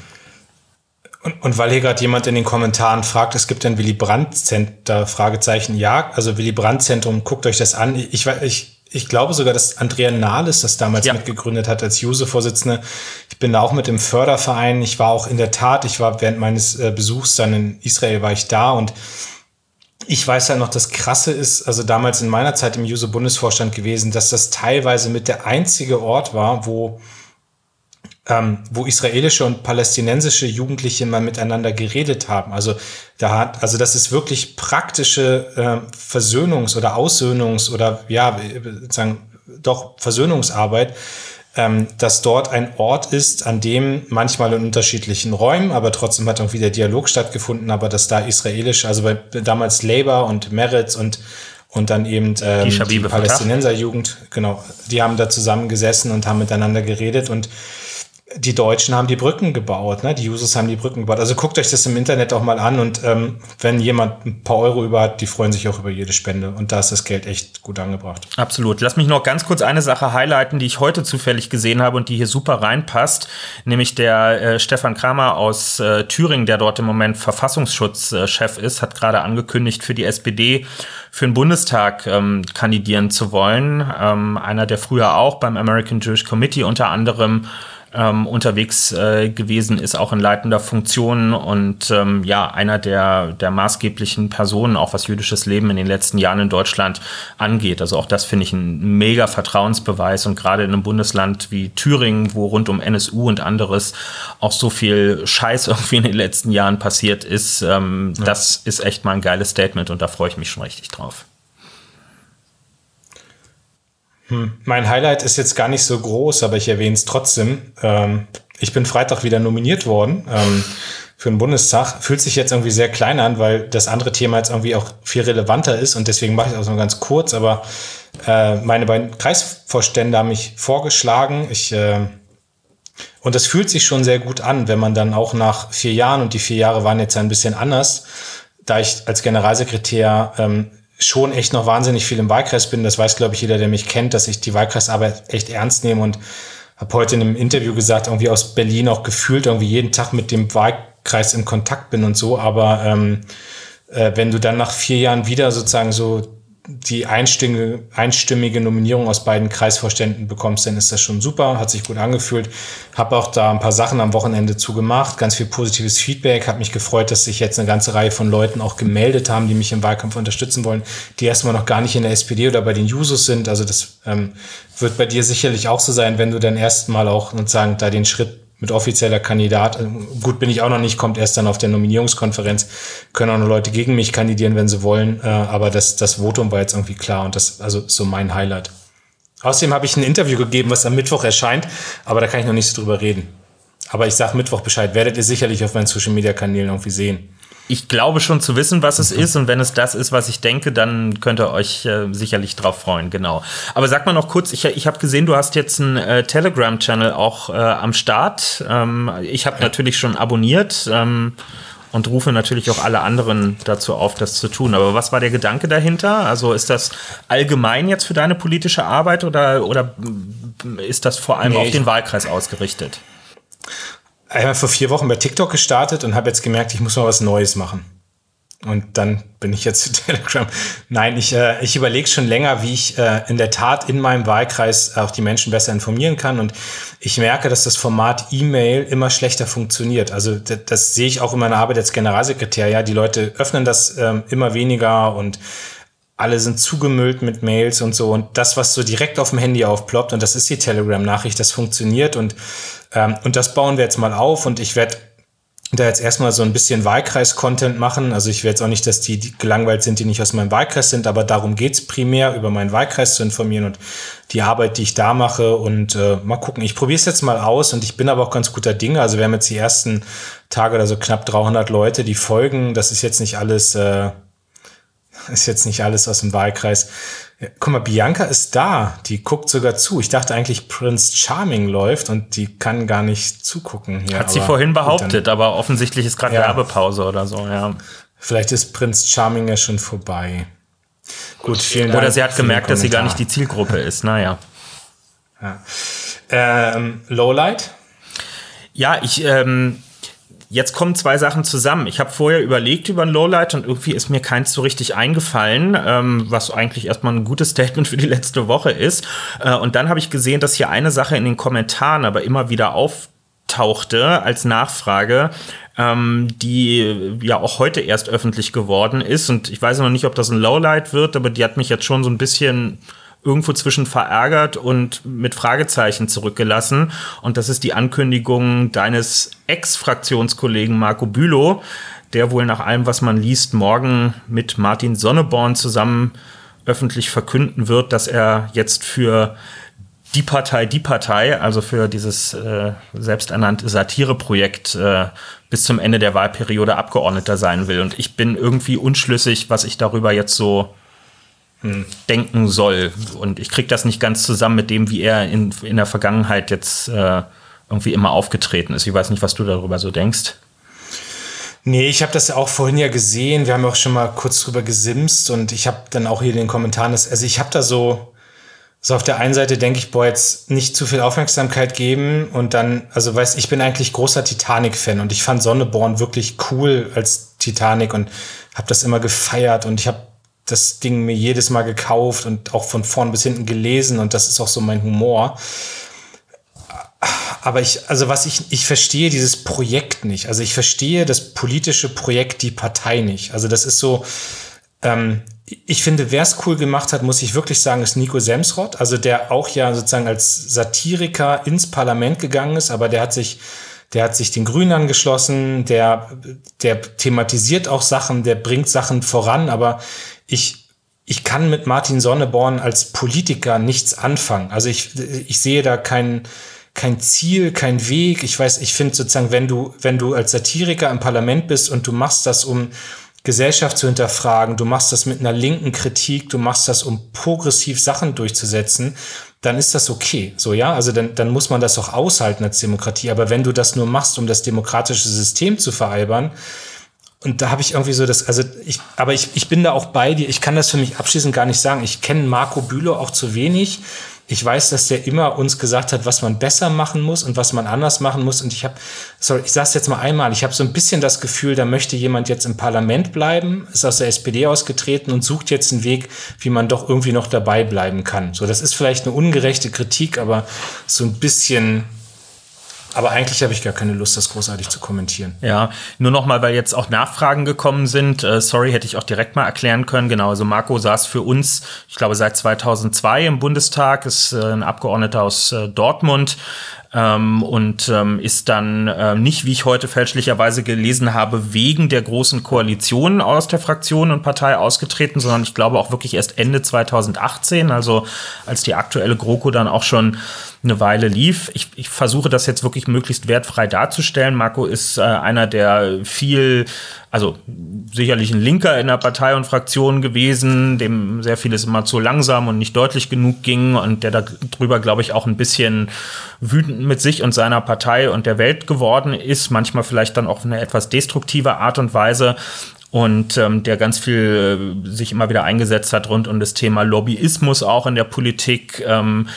Und, und weil hier gerade jemand in den Kommentaren fragt, es gibt ein Willy Brandt Center, Fragezeichen, ja, also Willy Brandt Zentrum, guckt euch das an. Ich, ich, ich glaube sogar, dass Andrea Nahles das damals ja. mitgegründet hat als Juso-Vorsitzende. Ich bin da auch mit im Förderverein. Ich war auch in der Tat, ich war während meines äh, Besuchs dann in Israel, war ich da und ich weiß ja noch, das Krasse ist, also damals in meiner Zeit im Juso-Bundesvorstand gewesen, dass das teilweise mit der einzige Ort war, wo, ähm, wo israelische und palästinensische Jugendliche mal miteinander geredet haben. Also da hat, also das ist wirklich praktische äh, Versöhnungs- oder Aussöhnungs- oder ja, sagen doch Versöhnungsarbeit, ähm, dass dort ein Ort ist, an dem manchmal in unterschiedlichen Räumen, aber trotzdem hat irgendwie der Dialog stattgefunden, aber dass da israelische, also bei damals Labour und Meretz und und dann eben ähm, die, die Palästinenserjugend, genau, die haben da zusammengesessen und haben miteinander geredet und die Deutschen haben die Brücken gebaut, ne? Die Jusos haben die Brücken gebaut. Also guckt euch das im Internet auch mal an und ähm, wenn jemand ein paar Euro über hat, die freuen sich auch über jede Spende und da ist das Geld echt gut angebracht. Absolut. Lass mich noch ganz kurz eine Sache highlighten, die ich heute zufällig gesehen habe und die hier super reinpasst, nämlich der äh, Stefan Kramer aus äh, Thüringen, der dort im Moment Verfassungsschutzchef ist, hat gerade angekündigt, für die S P D für den Bundestag ähm, kandidieren zu wollen. Ähm, einer, der früher auch beim American Jewish Committee unter anderem Ähm, unterwegs äh, gewesen ist, auch in leitender Funktion und ähm, ja, einer der, der maßgeblichen Personen, auch was jüdisches Leben in den letzten Jahren in Deutschland angeht. Also auch das finde ich ein mega Vertrauensbeweis und gerade in einem Bundesland wie Thüringen, wo rund um N S U und anderes auch so viel Scheiß irgendwie in den letzten Jahren passiert ist, ähm, ja. Das ist echt mal ein geiles Statement und da freue ich mich schon richtig drauf. Hm. Mein Highlight ist jetzt gar nicht so groß, aber ich erwähne es trotzdem. Ähm, ich bin Freitag wieder nominiert worden ähm, für den Bundestag. Fühlt sich jetzt irgendwie sehr klein an, weil das andere Thema jetzt irgendwie auch viel relevanter ist und deswegen mache ich es auch nur ganz kurz. Aber äh, meine beiden Kreisvorstände haben mich vorgeschlagen. Ich äh, und das fühlt sich schon sehr gut an, wenn man dann auch nach vier Jahren, und die vier Jahre waren jetzt ein bisschen anders, da ich als Generalsekretär ähm, schon echt noch wahnsinnig viel im Wahlkreis bin. Das weiß, glaube ich, jeder, der mich kennt, dass ich die Wahlkreisarbeit echt ernst nehme und habe heute in einem Interview gesagt, irgendwie aus Berlin auch gefühlt irgendwie jeden Tag mit dem Wahlkreis in Kontakt bin und so. Aber ähm, äh, wenn du dann nach vier Jahren wieder sozusagen so die einstimmige, einstimmige Nominierung aus beiden Kreisvorständen bekommst, dann ist das schon super, hat sich gut angefühlt. Habe auch da ein paar Sachen am Wochenende zugemacht, ganz viel positives Feedback, habe mich gefreut, dass sich jetzt eine ganze Reihe von Leuten auch gemeldet haben, die mich im Wahlkampf unterstützen wollen, die erstmal noch gar nicht in der S P D oder bei den Jusos sind. Also das ähm, wird bei dir sicherlich auch so sein, wenn du dann erstmal auch sozusagen da den Schritt mit offizieller Kandidat, gut bin ich auch noch nicht, kommt erst dann auf der Nominierungskonferenz, können auch noch Leute gegen mich kandidieren, wenn sie wollen, äh, aber das, das Votum war jetzt irgendwie klar und das also so mein Highlight. Außerdem habe ich ein Interview gegeben, was am Mittwoch erscheint, aber da kann ich noch nicht so drüber reden. Aber ich sage Mittwoch Bescheid, werdet ihr sicherlich auf meinen Social-Media-Kanälen irgendwie sehen. Ich glaube schon zu wissen, was es ist, und wenn es das ist, was ich denke, dann könnt ihr euch äh, sicherlich drauf freuen, genau. Aber sag mal noch kurz, ich, ich habe gesehen, du hast jetzt einen äh, Telegram-Channel auch äh, am Start. Ähm, ich habe ja. natürlich schon abonniert ähm, und rufe natürlich auch alle anderen dazu auf, das zu tun. Aber was war der Gedanke dahinter? Also ist das allgemein jetzt für deine politische Arbeit oder, oder ist das vor allem nee, auf den Wahlkreis ausgerichtet? Ich habe vor vier Wochen bei TikTok gestartet und habe jetzt gemerkt, ich muss mal was Neues machen. Und dann bin ich jetzt zu Telegram. Nein, ich, äh, ich überlege schon länger, wie ich äh, in der Tat in meinem Wahlkreis auch die Menschen besser informieren kann. Und ich merke, dass das Format E-Mail immer schlechter funktioniert. Also das, das sehe ich auch in meiner Arbeit als Generalsekretär. Ja, die Leute öffnen das ähm, immer weniger und alle sind zugemüllt mit Mails und so. Und das, was so direkt auf dem Handy aufploppt, und das ist die Telegram-Nachricht, das funktioniert. Und, ähm, und das bauen wir jetzt mal auf. Und ich werde da jetzt erstmal so ein bisschen Wahlkreis-Content machen. Also ich will jetzt auch nicht, dass die, die gelangweilt sind, die nicht aus meinem Wahlkreis sind, aber darum geht's primär, über meinen Wahlkreis zu informieren und die Arbeit, die ich da mache. Und äh, mal gucken, ich probiere es jetzt mal aus und ich bin aber auch ganz guter Dinge. Also wir haben jetzt die ersten Tage oder so knapp dreihundert Leute, die folgen. Das ist jetzt nicht alles... Äh, Ist jetzt nicht alles aus dem Wahlkreis. Ja, guck mal, Bianca ist da. Die guckt sogar zu. Ich dachte eigentlich, Prince Charming läuft und die kann gar nicht zugucken. Hier, Hat sie vorhin behauptet, dann, aber offensichtlich ist gerade ja, Werbepause oder so. Ja. Vielleicht ist Prince Charming ja schon vorbei. Gut, vielen Dank. Oder sie hat gemerkt, dass sie gar nicht die Zielgruppe ist. Naja. Ja. Ähm, Lowlight? Ja, ich... Ähm Jetzt kommen zwei Sachen zusammen. Ich habe vorher überlegt über ein Lowlight und irgendwie ist mir keins so richtig eingefallen, ähm, was eigentlich erstmal ein gutes Statement für die letzte Woche ist. Äh, und dann habe ich gesehen, dass hier eine Sache in den Kommentaren aber immer wieder auftauchte als Nachfrage, ähm, die ja auch heute erst öffentlich geworden ist. Und ich weiß noch nicht, ob das ein Lowlight wird, aber die hat mich jetzt schon so ein bisschen irgendwo zwischen verärgert und mit Fragezeichen zurückgelassen. Und das ist die Ankündigung deines Ex-Fraktionskollegen Marco Bülow, der wohl nach allem, was man liest, morgen mit Martin Sonneborn zusammen öffentlich verkünden wird, dass er jetzt für die Partei, die Partei, also für dieses äh, selbsternannte Satireprojekt äh, bis zum Ende der Wahlperiode Abgeordneter sein will. Und ich bin irgendwie unschlüssig, was ich darüber jetzt so denken soll. Und ich kriege das nicht ganz zusammen mit dem, wie er in, in der Vergangenheit jetzt äh, irgendwie immer aufgetreten ist. Ich weiß nicht, was du darüber so denkst. Nee, ich habe das auch vorhin ja gesehen. Wir haben auch schon mal kurz drüber gesimst und ich habe dann auch hier in den Kommentaren, das, also ich habe da so, so auf der einen Seite denke ich, boah, jetzt nicht zu viel Aufmerksamkeit geben und dann, also weißt, ich bin eigentlich großer Titanic-Fan und ich fand Sonneborn wirklich cool als Titanic und habe das immer gefeiert und ich habe das Ding mir jedes Mal gekauft und auch von vorn bis hinten gelesen und das ist auch so mein Humor. Aber ich, also was ich, ich verstehe dieses Projekt nicht. Also ich verstehe das politische Projekt, die Partei nicht. Also das ist so, ähm, ich finde, wer es cool gemacht hat, muss ich wirklich sagen, ist Nico Semsrott. Also der auch ja sozusagen als Satiriker ins Parlament gegangen ist, aber der hat sich Der hat sich den Grünen angeschlossen, der, der thematisiert auch Sachen, der bringt Sachen voran, aber ich, ich kann mit Martin Sonneborn als Politiker nichts anfangen. Also ich, ich sehe da kein, kein Ziel, kein Weg. Ich weiß, ich finde sozusagen, wenn du, wenn du als Satiriker im Parlament bist und du machst das, um Gesellschaft zu hinterfragen, du machst das mit einer linken Kritik, du machst das, um progressiv Sachen durchzusetzen, dann ist das okay. So, ja, also dann, dann muss man das auch aushalten als Demokratie. Aber wenn du das nur machst, um das demokratische System zu veralbern, und da habe ich irgendwie so das, also ich, aber ich, ich bin da auch bei dir, ich kann das für mich abschließend gar nicht sagen. Ich kenne Marco Bülow auch zu wenig. Ich weiß, dass der immer uns gesagt hat, was man besser machen muss und was man anders machen muss. Und ich habe, sorry, ich sage es jetzt mal einmal, ich habe so ein bisschen das Gefühl, da möchte jemand jetzt im Parlament bleiben, ist aus der S P D ausgetreten und sucht jetzt einen Weg, wie man doch irgendwie noch dabei bleiben kann. So, das ist vielleicht eine ungerechte Kritik, aber so ein bisschen. Aber eigentlich habe ich gar keine Lust, das großartig zu kommentieren. Ja, nur noch mal, weil jetzt auch Nachfragen gekommen sind. Äh, sorry, hätte ich auch direkt mal erklären können. Genau, also Marco saß für uns, ich glaube, seit zweitausendzwei im Bundestag, ist äh, ein Abgeordneter aus äh, Dortmund. Ähm, und ähm, ist dann äh, nicht, wie ich heute fälschlicherweise gelesen habe, wegen der großen Koalition aus der Fraktion und Partei ausgetreten, sondern ich glaube auch wirklich erst Ende zweitausendachtzehn, also als die aktuelle GroKo dann auch schon eine Weile lief. Ich, ich versuche das jetzt wirklich möglichst wertfrei darzustellen. Marco ist äh, einer, der viel, also sicherlich ein Linker in der Partei und Fraktion gewesen, dem sehr vieles immer zu langsam und nicht deutlich genug ging und der darüber, glaube ich, auch ein bisschen wütend mit sich und seiner Partei und der Welt geworden ist, manchmal vielleicht dann auch auf eine etwas destruktive Art und Weise. Und ähm, der ganz viel äh, sich immer wieder eingesetzt hat rund um das Thema Lobbyismus auch in der Politik. Ähm,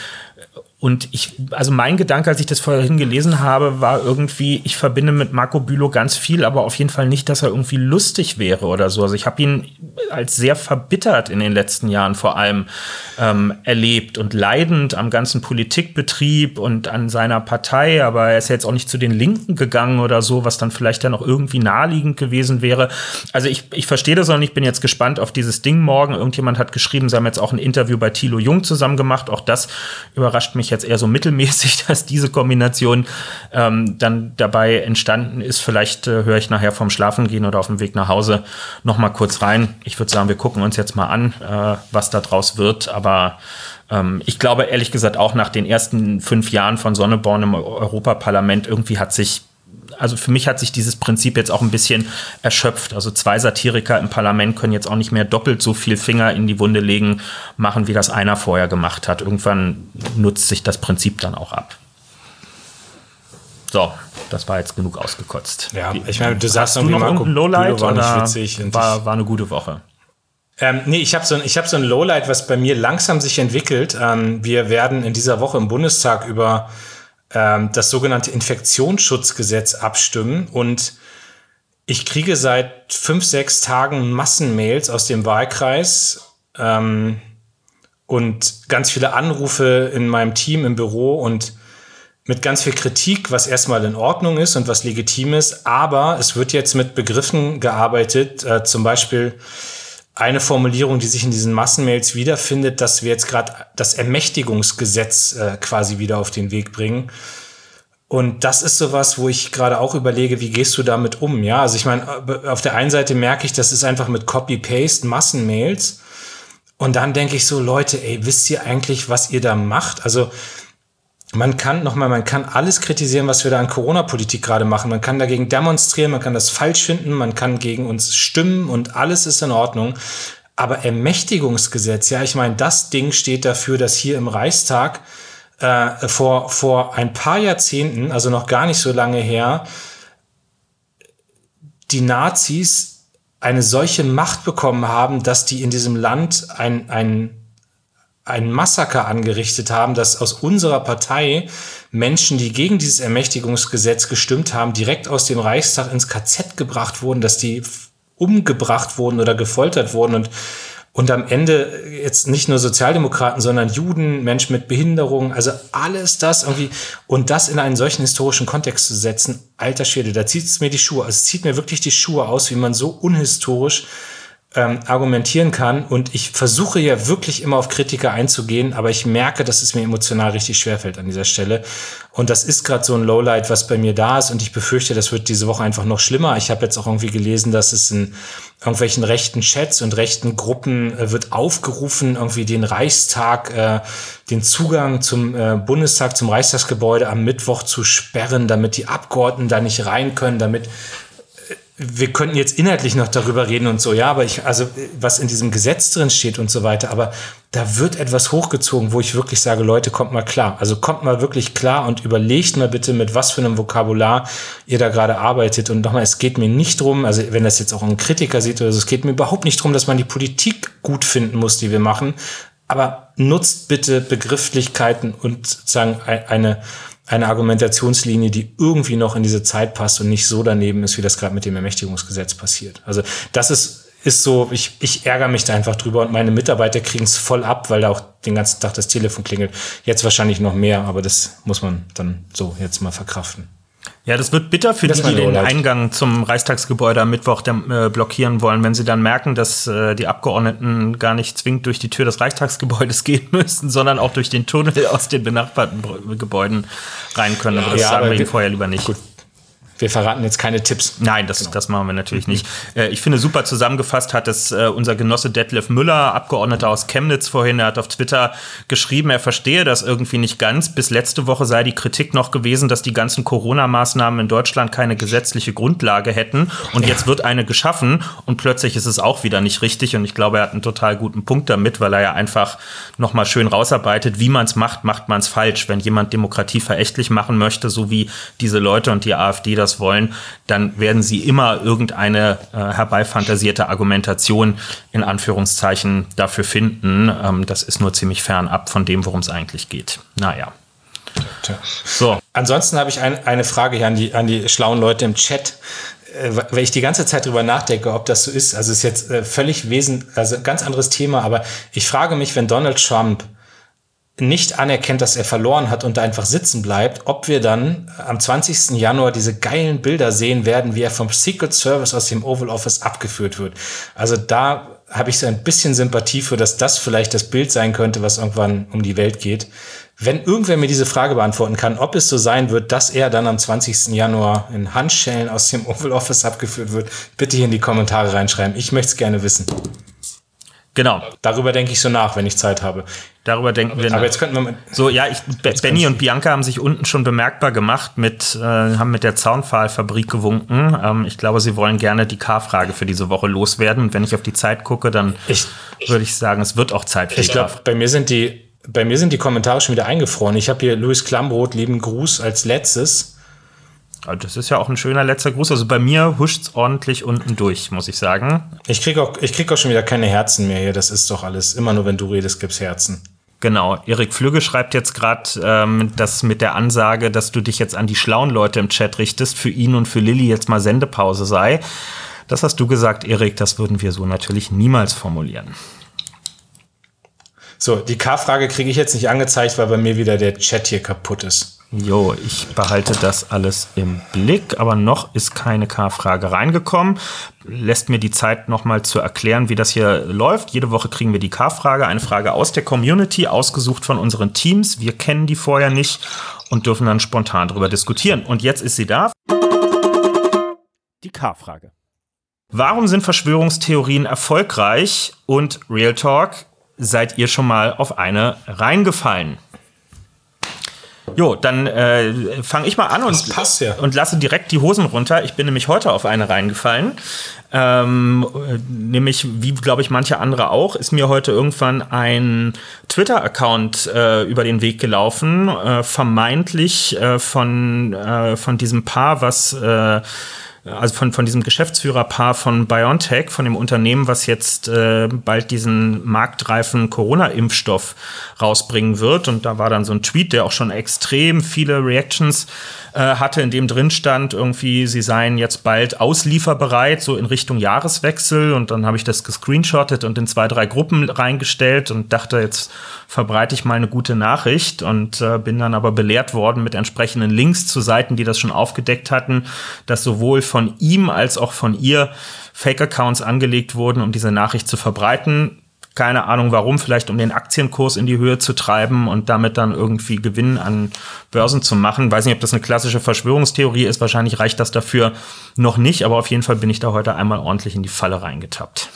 Und ich, also mein Gedanke, als ich das vorhin gelesen habe, war irgendwie, ich verbinde mit Marco Bülow ganz viel, aber auf jeden Fall nicht, dass er irgendwie lustig wäre oder so. Also ich habe ihn als sehr verbittert in den letzten Jahren vor allem ähm, erlebt und leidend am ganzen Politikbetrieb und an seiner Partei. Aber er ist ja jetzt auch nicht zu den Linken gegangen oder so, was dann vielleicht dann auch irgendwie naheliegend gewesen wäre. Also ich, ich verstehe das und ich bin jetzt gespannt auf dieses Ding morgen. Irgendjemand hat geschrieben, sie haben jetzt auch ein Interview bei Thilo Jung zusammen gemacht. Auch das überrascht mich jetzt eher so mittelmäßig, dass diese Kombination ähm, dann dabei entstanden ist. Vielleicht äh, höre ich nachher vom Schlafengehen oder auf dem Weg nach Hause noch mal kurz rein. Ich würde sagen, wir gucken uns jetzt mal an, äh, was da draus wird. Aber ähm, ich glaube ehrlich gesagt auch nach den ersten fünf Jahren von Sonneborn im Europaparlament irgendwie hat sich Also für mich hat sich dieses Prinzip jetzt auch ein bisschen erschöpft. Also zwei Satiriker im Parlament können jetzt auch nicht mehr doppelt so viel Finger in die Wunde legen, machen, wie das einer vorher gemacht hat. Irgendwann nutzt sich das Prinzip dann auch ab. So, das war jetzt genug ausgekotzt. Ja, ich meine, du sagst noch, noch Marco ein Lowlight war oder nicht witzig. War, war eine gute Woche? Ähm, nee, ich habe so, ein, ich hab so ein Lowlight, was bei mir langsam sich entwickelt. Ähm, wir werden in dieser Woche im Bundestag über das sogenannte Infektionsschutzgesetz abstimmen und ich kriege seit fünf, sechs Tagen Massenmails aus dem Wahlkreis ähm, und ganz viele Anrufe in meinem Team im Büro und mit ganz viel Kritik, was erstmal in Ordnung ist und was legitim ist, aber es wird jetzt mit Begriffen gearbeitet, äh, zum Beispiel eine Formulierung, die sich in diesen Massenmails wiederfindet, dass wir jetzt gerade das Ermächtigungsgesetz äh, quasi wieder auf den Weg bringen. Und das ist sowas, wo ich gerade auch überlege, wie gehst du damit um? Ja, also ich meine, auf der einen Seite merke ich, das ist einfach mit Copy-Paste Massenmails. Und dann denke ich so, Leute, ey, wisst ihr eigentlich, was ihr da macht? Also man kann nochmal, man kann alles kritisieren, was wir da an Corona-Politik gerade machen. Man kann dagegen demonstrieren, man kann das falsch finden, man kann gegen uns stimmen und alles ist in Ordnung. Aber Ermächtigungsgesetz, ja, ich meine, das Ding steht dafür, dass hier im Reichstag äh, vor, vor ein paar Jahrzehnten, also noch gar nicht so lange her, die Nazis eine solche Macht bekommen haben, dass die in diesem Land ein, ein ein Massaker angerichtet haben, dass aus unserer Partei Menschen, die gegen dieses Ermächtigungsgesetz gestimmt haben, direkt aus dem Reichstag ins K Z gebracht wurden, dass die umgebracht wurden oder gefoltert wurden und und am Ende jetzt nicht nur Sozialdemokraten, sondern Juden, Menschen mit Behinderung, also alles das irgendwie und das in einen solchen historischen Kontext zu setzen, alter Schwede, da zieht es mir die Schuhe, also es zieht mir wirklich die Schuhe aus, wie man so unhistorisch Ähm, argumentieren kann und ich versuche ja wirklich immer auf Kritiker einzugehen, aber ich merke, dass es mir emotional richtig schwerfällt an dieser Stelle und das ist gerade so ein Lowlight, was bei mir da ist und ich befürchte, das wird diese Woche einfach noch schlimmer. Ich habe jetzt auch irgendwie gelesen, dass es in irgendwelchen rechten Chats und rechten Gruppen äh, wird aufgerufen, irgendwie den Reichstag, äh, den Zugang zum äh, Bundestag, zum Reichstagsgebäude am Mittwoch zu sperren, damit die Abgeordneten da nicht rein können, damit wir könnten jetzt inhaltlich noch darüber reden und so, ja, aber ich, also was in diesem Gesetz drin steht und so weiter, aber da wird etwas hochgezogen, wo ich wirklich sage, Leute, kommt mal klar. Also kommt mal wirklich klar und überlegt mal bitte, mit was für einem Vokabular ihr da gerade arbeitet. Und nochmal, es geht mir nicht drum, also wenn das jetzt auch ein Kritiker sieht oder so, es geht mir überhaupt nicht drum, dass man die Politik gut finden muss, die wir machen. aber nutzt bitte Begrifflichkeiten und sozusagen eine, eine Argumentationslinie, die irgendwie noch in diese Zeit passt und nicht so daneben ist, wie das gerade mit dem Ermächtigungsgesetz passiert. Also das ist, ist so, ich, ich ärgere mich da einfach drüber und meine Mitarbeiter kriegen es voll ab, weil da auch den ganzen Tag das Telefon klingelt. Jetzt wahrscheinlich noch mehr, aber das muss man dann so jetzt mal verkraften. Ja, das wird bitter für die, die den Eingang zum Reichstagsgebäude am Mittwoch äh, blockieren wollen, wenn sie dann merken, dass äh, die Abgeordneten gar nicht zwingend durch die Tür des Reichstagsgebäudes gehen müssen, sondern auch durch den Tunnel aus den benachbarten Gebäuden rein können. Aber das ja, sagen aber wir ihnen vorher lieber nicht. Gut. Wir verraten jetzt keine Tipps. Nein, das, genau. das machen wir natürlich nicht. Äh, ich finde, super zusammengefasst hat es äh, unser Genosse Detlef Müller, Abgeordneter aus Chemnitz vorhin, er hat auf Twitter geschrieben, er verstehe das irgendwie nicht ganz. Bis letzte Woche sei die Kritik noch gewesen, dass die ganzen Corona-Maßnahmen in Deutschland keine gesetzliche Grundlage hätten. Und ja. jetzt wird eine geschaffen und plötzlich ist es auch wieder nicht richtig. Und ich glaube, er hat einen total guten Punkt damit, weil er ja einfach nochmal schön rausarbeitet, wie man es macht, macht man es falsch. Wenn jemand Demokratie verächtlich machen möchte, so wie diese Leute und die AfD das wollen, dann werden sie immer irgendeine äh, herbeifantasierte Argumentation in Anführungszeichen dafür finden. Ähm, das ist nur ziemlich fernab von dem, worum es eigentlich geht. Naja. So. Ansonsten habe ich ein, eine Frage hier an die, an die schlauen Leute im Chat. Äh, weil ich die ganze Zeit drüber nachdenke, ob das so ist. Also es ist jetzt äh, völlig wesentlich, also ein ganz anderes Thema, aber ich frage mich, wenn Donald Trump nicht anerkennt, dass er verloren hat und da einfach sitzen bleibt, ob wir dann am zwanzigsten Januar diese geilen Bilder sehen werden, wie er vom Secret Service aus dem Oval Office abgeführt wird. Also da habe ich so ein bisschen Sympathie für, dass das vielleicht das Bild sein könnte, was irgendwann um die Welt geht. Wenn irgendwer mir diese Frage beantworten kann, ob es so sein wird, dass er dann am zwanzigsten Januar in Handschellen aus dem Oval Office abgeführt wird, bitte hier in die Kommentare reinschreiben. Ich möchte es gerne wissen. Genau. Darüber denke ich so nach, wenn ich Zeit habe. Darüber denken aber, wir nach. Aber jetzt könnten wir mal so, ja, ich, Benny und Bianca haben sich unten schon bemerkbar gemacht, mit, äh, haben mit der Zaunpfahlfabrik gewunken. Ähm, ich glaube, sie wollen gerne die K-Frage für diese Woche loswerden. Und wenn ich auf die Zeit gucke, dann ich, würde ich sagen, es wird auch Zeit für ich die K-Frage. Ich glaube, bei mir sind die, bei mir sind die Kommentare schon wieder eingefroren. Ich habe hier Louis Klamroth, lieben Gruß als letztes. Das ist ja auch ein schöner letzter Gruß. Also bei mir huscht's ordentlich unten durch, muss ich sagen. Ich kriege auch, ich krieg auch schon wieder keine Herzen mehr hier. Das ist doch alles. Immer nur, wenn du redest, gibt's Herzen. Genau. Erik Flügge schreibt jetzt gerade, ähm, dass mit der Ansage, dass du dich jetzt an die schlauen Leute im Chat richtest, für ihn und für Lilly jetzt mal Sendepause sei. Das hast du gesagt, Erik. Das würden wir so natürlich niemals formulieren. So, die K-Frage kriege ich jetzt nicht angezeigt, weil bei mir wieder der Chat hier kaputt ist. Jo, ich behalte das alles im Blick, aber noch ist keine K-Frage reingekommen. Lässt mir die Zeit nochmal zu erklären, wie das hier läuft. Jede Woche kriegen wir die K-Frage, eine Frage aus der Community, ausgesucht von unseren Teams. Wir kennen die vorher nicht und dürfen dann spontan darüber diskutieren. Und jetzt ist sie da. Die K-Frage. Warum sind Verschwörungstheorien erfolgreich? Und Real Talk, seid ihr schon mal auf eine reingefallen? Jo, dann äh, fange ich mal an und, passt, ja. und lasse direkt die Hosen runter. Ich bin nämlich heute auf eine reingefallen. Ähm, nämlich, wie glaube ich manche andere auch, ist mir heute irgendwann ein Twitter-Account äh, über den Weg gelaufen, äh, vermeintlich äh, von, äh, von diesem Paar, was äh, also von, von diesem Geschäftsführerpaar von BioNTech, von dem Unternehmen, was jetzt äh, bald diesen marktreifen Corona-Impfstoff rausbringen wird. Und da war dann so ein Tweet, der auch schon extrem viele Reactions äh, hatte, in dem drin stand, irgendwie, sie seien jetzt bald auslieferbereit, so in Richtung Jahreswechsel. Und dann habe ich das gescreenshottet und in zwei, drei Gruppen reingestellt und dachte, jetzt verbreite ich mal eine gute Nachricht und äh, bin dann aber belehrt worden mit entsprechenden Links zu Seiten, die das schon aufgedeckt hatten, dass sowohl von ihm als auch von ihr Fake-Accounts angelegt wurden, um diese Nachricht zu verbreiten. Keine Ahnung warum, vielleicht um den Aktienkurs in die Höhe zu treiben und damit dann irgendwie Gewinn an Börsen zu machen. Weiß nicht, ob das eine klassische Verschwörungstheorie ist. Wahrscheinlich reicht das dafür noch nicht, aber auf jeden Fall bin ich da heute einmal ordentlich in die Falle reingetappt.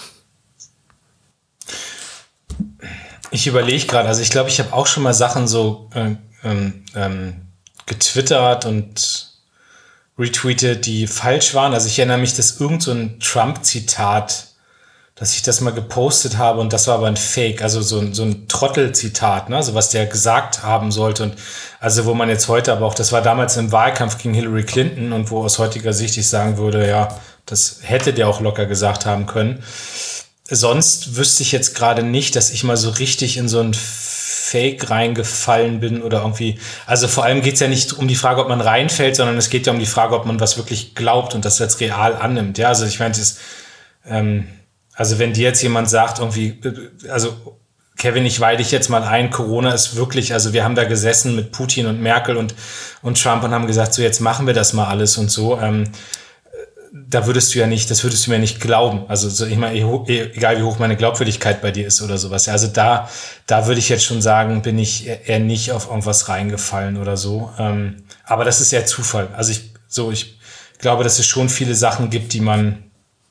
Ich überlege gerade, also ich glaube, ich habe auch schon mal Sachen so äh, ähm, ähm, getwittert und retweetet, die falsch waren. Also ich erinnere mich, dass irgend so ein Trump-Zitat, dass ich das mal gepostet habe und das war aber ein Fake, also so ein, so ein Trottel-Zitat, ne? Also was der gesagt haben sollte und also wo man jetzt heute aber auch, das war damals im Wahlkampf gegen Hillary Clinton und wo aus heutiger Sicht ich sagen würde, ja, das hätte der auch locker gesagt haben können. sonst wüsste ich jetzt gerade nicht, dass ich mal so richtig in so ein Fake reingefallen bin oder irgendwie, also vor allem geht es ja nicht um die Frage, ob man reinfällt, sondern es geht ja um die Frage, ob man was wirklich glaubt und das jetzt real annimmt. Ja, also ich meine, das, ähm, also wenn dir jetzt jemand sagt, irgendwie, also Kevin, ich weih dich jetzt mal ein, Corona ist wirklich, also wir haben da gesessen mit Putin und Merkel und, und Trump und haben gesagt, so jetzt machen wir das mal alles und so, ähm, da würdest du ja nicht, das würdest du mir nicht glauben. Also so, ich meine, egal wie hoch meine Glaubwürdigkeit bei dir ist oder sowas. Also da, da würde ich jetzt schon sagen, bin ich eher nicht auf irgendwas reingefallen oder so. Ähm, aber das ist ja Zufall. Also ich, so, ich glaube, dass es schon viele Sachen gibt, die man,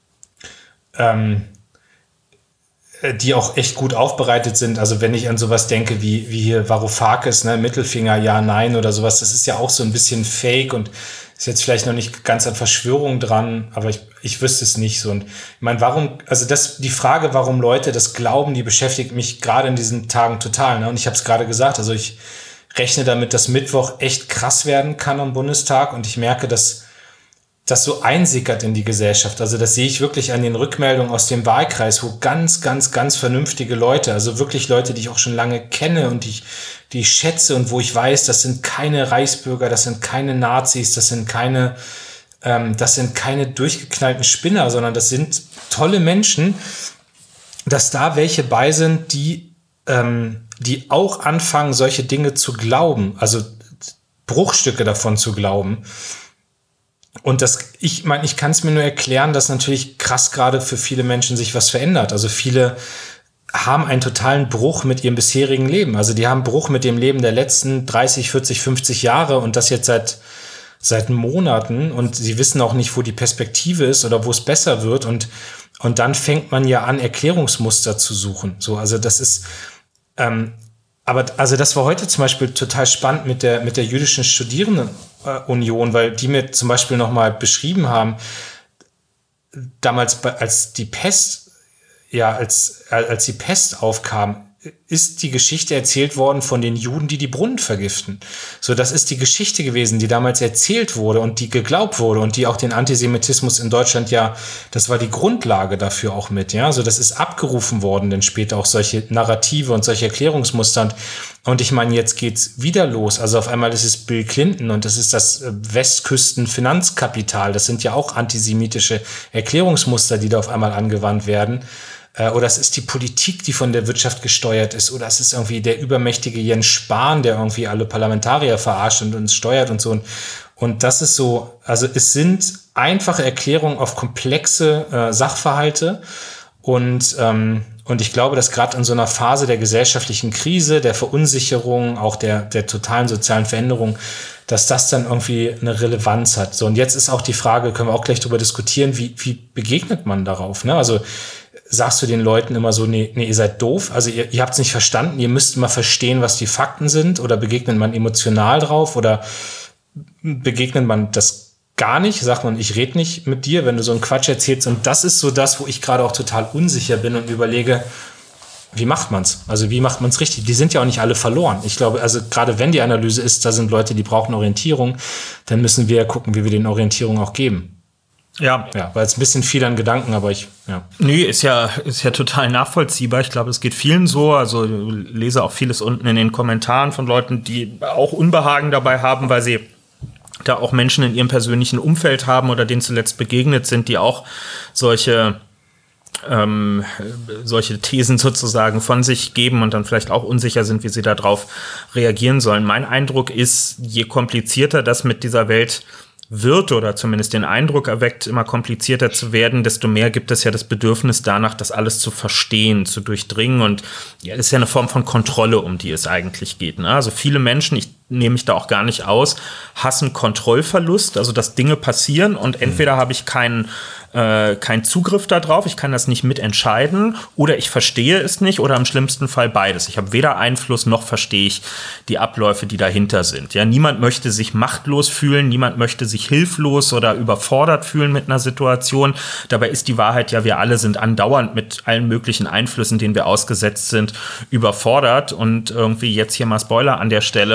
ähm, die auch echt gut aufbereitet sind. Also wenn ich an sowas denke, wie, wie hier Varoufakis, ne, Mittelfinger, ja, nein oder sowas, das ist ja auch so ein bisschen fake und ist jetzt vielleicht noch nicht ganz an Verschwörung dran, aber ich, ich wüsste es nicht so. Und ich meine, warum, also das, die Frage, warum Leute das glauben, die beschäftigt mich gerade in diesen Tagen total. Ne? Und ich habe es gerade gesagt, also ich rechne damit, dass Mittwoch echt krass werden kann am Bundestag und ich merke, dass das so einsickert in die Gesellschaft. Also das sehe ich wirklich an den Rückmeldungen aus dem Wahlkreis, wo ganz, ganz, ganz vernünftige Leute, also wirklich Leute, die ich auch schon lange kenne und die ich, die ich schätze und wo ich weiß, das sind keine Reichsbürger, das sind keine Nazis, das sind keine, ähm, das sind keine durchgeknallten Spinner, sondern das sind tolle Menschen, dass da welche bei sind, die, ähm, die auch anfangen, solche Dinge zu glauben, also Bruchstücke davon zu glauben. Und das, ich meine, ich kann es mir nur erklären, dass natürlich krass gerade für viele Menschen sich was verändert. Also viele haben einen totalen Bruch mit ihrem bisherigen Leben. Also die haben Bruch mit dem Leben der letzten dreißig, vierzig, fünfzig Jahre und das jetzt seit, seit Monaten und sie wissen auch nicht, wo die Perspektive ist oder wo es besser wird und, und dann fängt man ja an, Erklärungsmuster zu suchen. So, also das ist, ähm, aber also das war heute zum Beispiel total spannend mit der, mit der jüdischen Studierendenunion, weil die mir zum Beispiel nochmal beschrieben haben, damals als die Pest, ja, als, als die Pest aufkam, ist die Geschichte erzählt worden von den Juden, die die Brunnen vergiften. So, das ist die Geschichte gewesen, die damals erzählt wurde und die geglaubt wurde und die auch den Antisemitismus in Deutschland ja, das war die Grundlage dafür auch mit, ja. So, das ist abgerufen worden, denn später auch solche Narrative und solche Erklärungsmuster. Und, und ich meine, jetzt geht's wieder los. Also auf einmal ist es Bill Clinton und das ist das Westküsten-Finanzkapital. Das sind ja auch antisemitische Erklärungsmuster, die da auf einmal angewandt werden. Oder es ist die Politik, die von der Wirtschaft gesteuert ist. Oder es ist irgendwie der übermächtige Jens Spahn, der irgendwie alle Parlamentarier verarscht und uns steuert und so. Und, und das ist so, also es sind einfache Erklärungen auf komplexe äh, Sachverhalte. Und, ähm, und ich glaube, dass gerade in so einer Phase der gesellschaftlichen Krise, der Verunsicherung, auch der, der totalen sozialen Veränderung, dass das dann irgendwie eine Relevanz hat. So, und jetzt ist auch die Frage, können wir auch gleich darüber diskutieren, wie, wie begegnet man darauf? Ne? Also sagst du den Leuten immer so, nee, nee, ihr seid doof, also ihr, ihr habt es nicht verstanden, ihr müsst mal verstehen, was die Fakten sind, oder begegnet man emotional drauf oder begegnet man das gar nicht, sagt man, ich rede nicht mit dir, wenn du so einen Quatsch erzählst, und das ist so das, wo ich gerade auch total unsicher bin und überlege, wie macht man's? Also wie macht man's richtig? Die sind ja auch nicht alle verloren. Ich glaube, also gerade wenn die Analyse ist, da sind Leute, die brauchen Orientierung, dann müssen wir gucken, wie wir den Orientierung auch geben. Ja. Ja, war jetzt ein bisschen viel an Gedanken, aber ich, ja. Nee, ist ja, ist ja total nachvollziehbar. Ich glaube, es geht vielen so. Also, ich lese auch vieles unten in den Kommentaren von Leuten, die auch Unbehagen dabei haben, weil sie da auch Menschen in ihrem persönlichen Umfeld haben oder denen zuletzt begegnet sind, die auch solche, ähm, solche Thesen sozusagen von sich geben und dann vielleicht auch unsicher sind, wie sie darauf reagieren sollen. Mein Eindruck ist, je komplizierter das mit dieser Welt wird oder zumindest den Eindruck erweckt, immer komplizierter zu werden, desto mehr gibt es ja das Bedürfnis danach, das alles zu verstehen, zu durchdringen, und ja, das ist ja eine Form von Kontrolle, um die es eigentlich geht. Ne? Also viele Menschen, ich nehme mich da auch gar nicht aus, hassen Kontrollverlust, also dass Dinge passieren und entweder habe ich keinen äh, keinen Zugriff darauf, ich kann das nicht mitentscheiden, oder ich verstehe es nicht, oder im schlimmsten Fall beides. Ich habe weder Einfluss noch verstehe ich die Abläufe, die dahinter sind. Ja, niemand möchte sich machtlos fühlen, niemand möchte sich hilflos oder überfordert fühlen mit einer Situation. Dabei ist die Wahrheit ja, wir alle sind andauernd mit allen möglichen Einflüssen, denen wir ausgesetzt sind, überfordert. Und irgendwie jetzt hier mal Spoiler an der Stelle,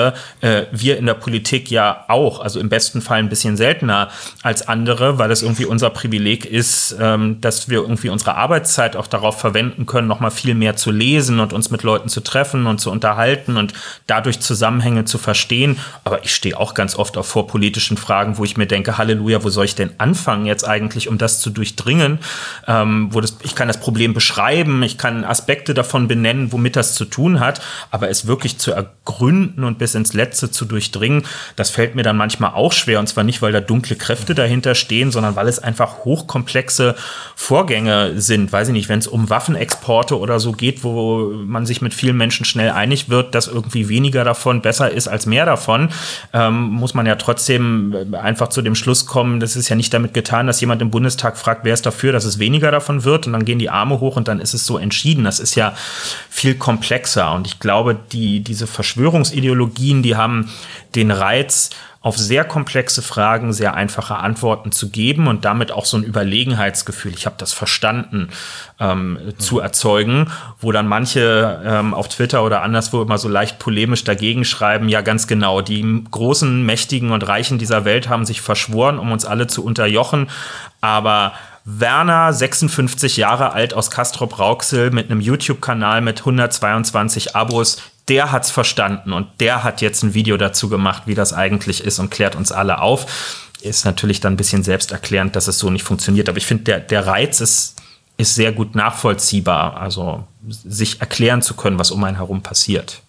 Äh, wir in der Politik ja auch, also im besten Fall ein bisschen seltener als andere, weil es irgendwie unser Privileg ist, ähm, dass wir irgendwie unsere Arbeitszeit auch darauf verwenden können, noch mal viel mehr zu lesen und uns mit Leuten zu treffen und zu unterhalten und dadurch Zusammenhänge zu verstehen. Aber ich stehe auch ganz oft auf vorpolitischen Fragen, wo ich mir denke, Halleluja, wo soll ich denn anfangen jetzt eigentlich, um das zu durchdringen? Ähm, wo das, ich kann das Problem beschreiben, ich kann Aspekte davon benennen, womit das zu tun hat, aber es wirklich zu ergründen und bis ins Letzte zu durchdringen, das fällt mir dann manchmal auch schwer. Und zwar nicht, weil da dunkle Kräfte dahinter stehen, sondern weil es einfach hochkomplexe Vorgänge sind. Weiß ich nicht, wenn es um Waffenexporte oder so geht, wo man sich mit vielen Menschen schnell einig wird, dass irgendwie weniger davon besser ist als mehr davon, ähm, muss man ja trotzdem einfach zu dem Schluss kommen, das ist ja nicht damit getan, dass jemand im Bundestag fragt, wer ist dafür, dass es weniger davon wird, und dann gehen die Arme hoch und dann ist es so entschieden. Das ist ja viel komplexer, und ich glaube, die, diese Verschwörungsideologien, die haben den Reiz, auf sehr komplexe Fragen sehr einfache Antworten zu geben und damit auch so ein Überlegenheitsgefühl, ich habe das verstanden, ähm, zu erzeugen, wo dann manche ähm, auf Twitter oder anderswo immer so leicht polemisch dagegen schreiben, ja ganz genau, die großen, mächtigen und Reichen dieser Welt haben sich verschworen, um uns alle zu unterjochen, aber Werner, sechsundfünfzig Jahre alt, aus Castrop-Rauxel mit einem YouTube-Kanal mit hundertzweiundzwanzig Abos, der hat's verstanden und der hat jetzt ein Video dazu gemacht, wie das eigentlich ist, und klärt uns alle auf. Ist natürlich dann ein bisschen selbsterklärend, dass es so nicht funktioniert, aber ich finde, der, der Reiz ist, ist sehr gut nachvollziehbar, also sich erklären zu können, was um einen herum passiert.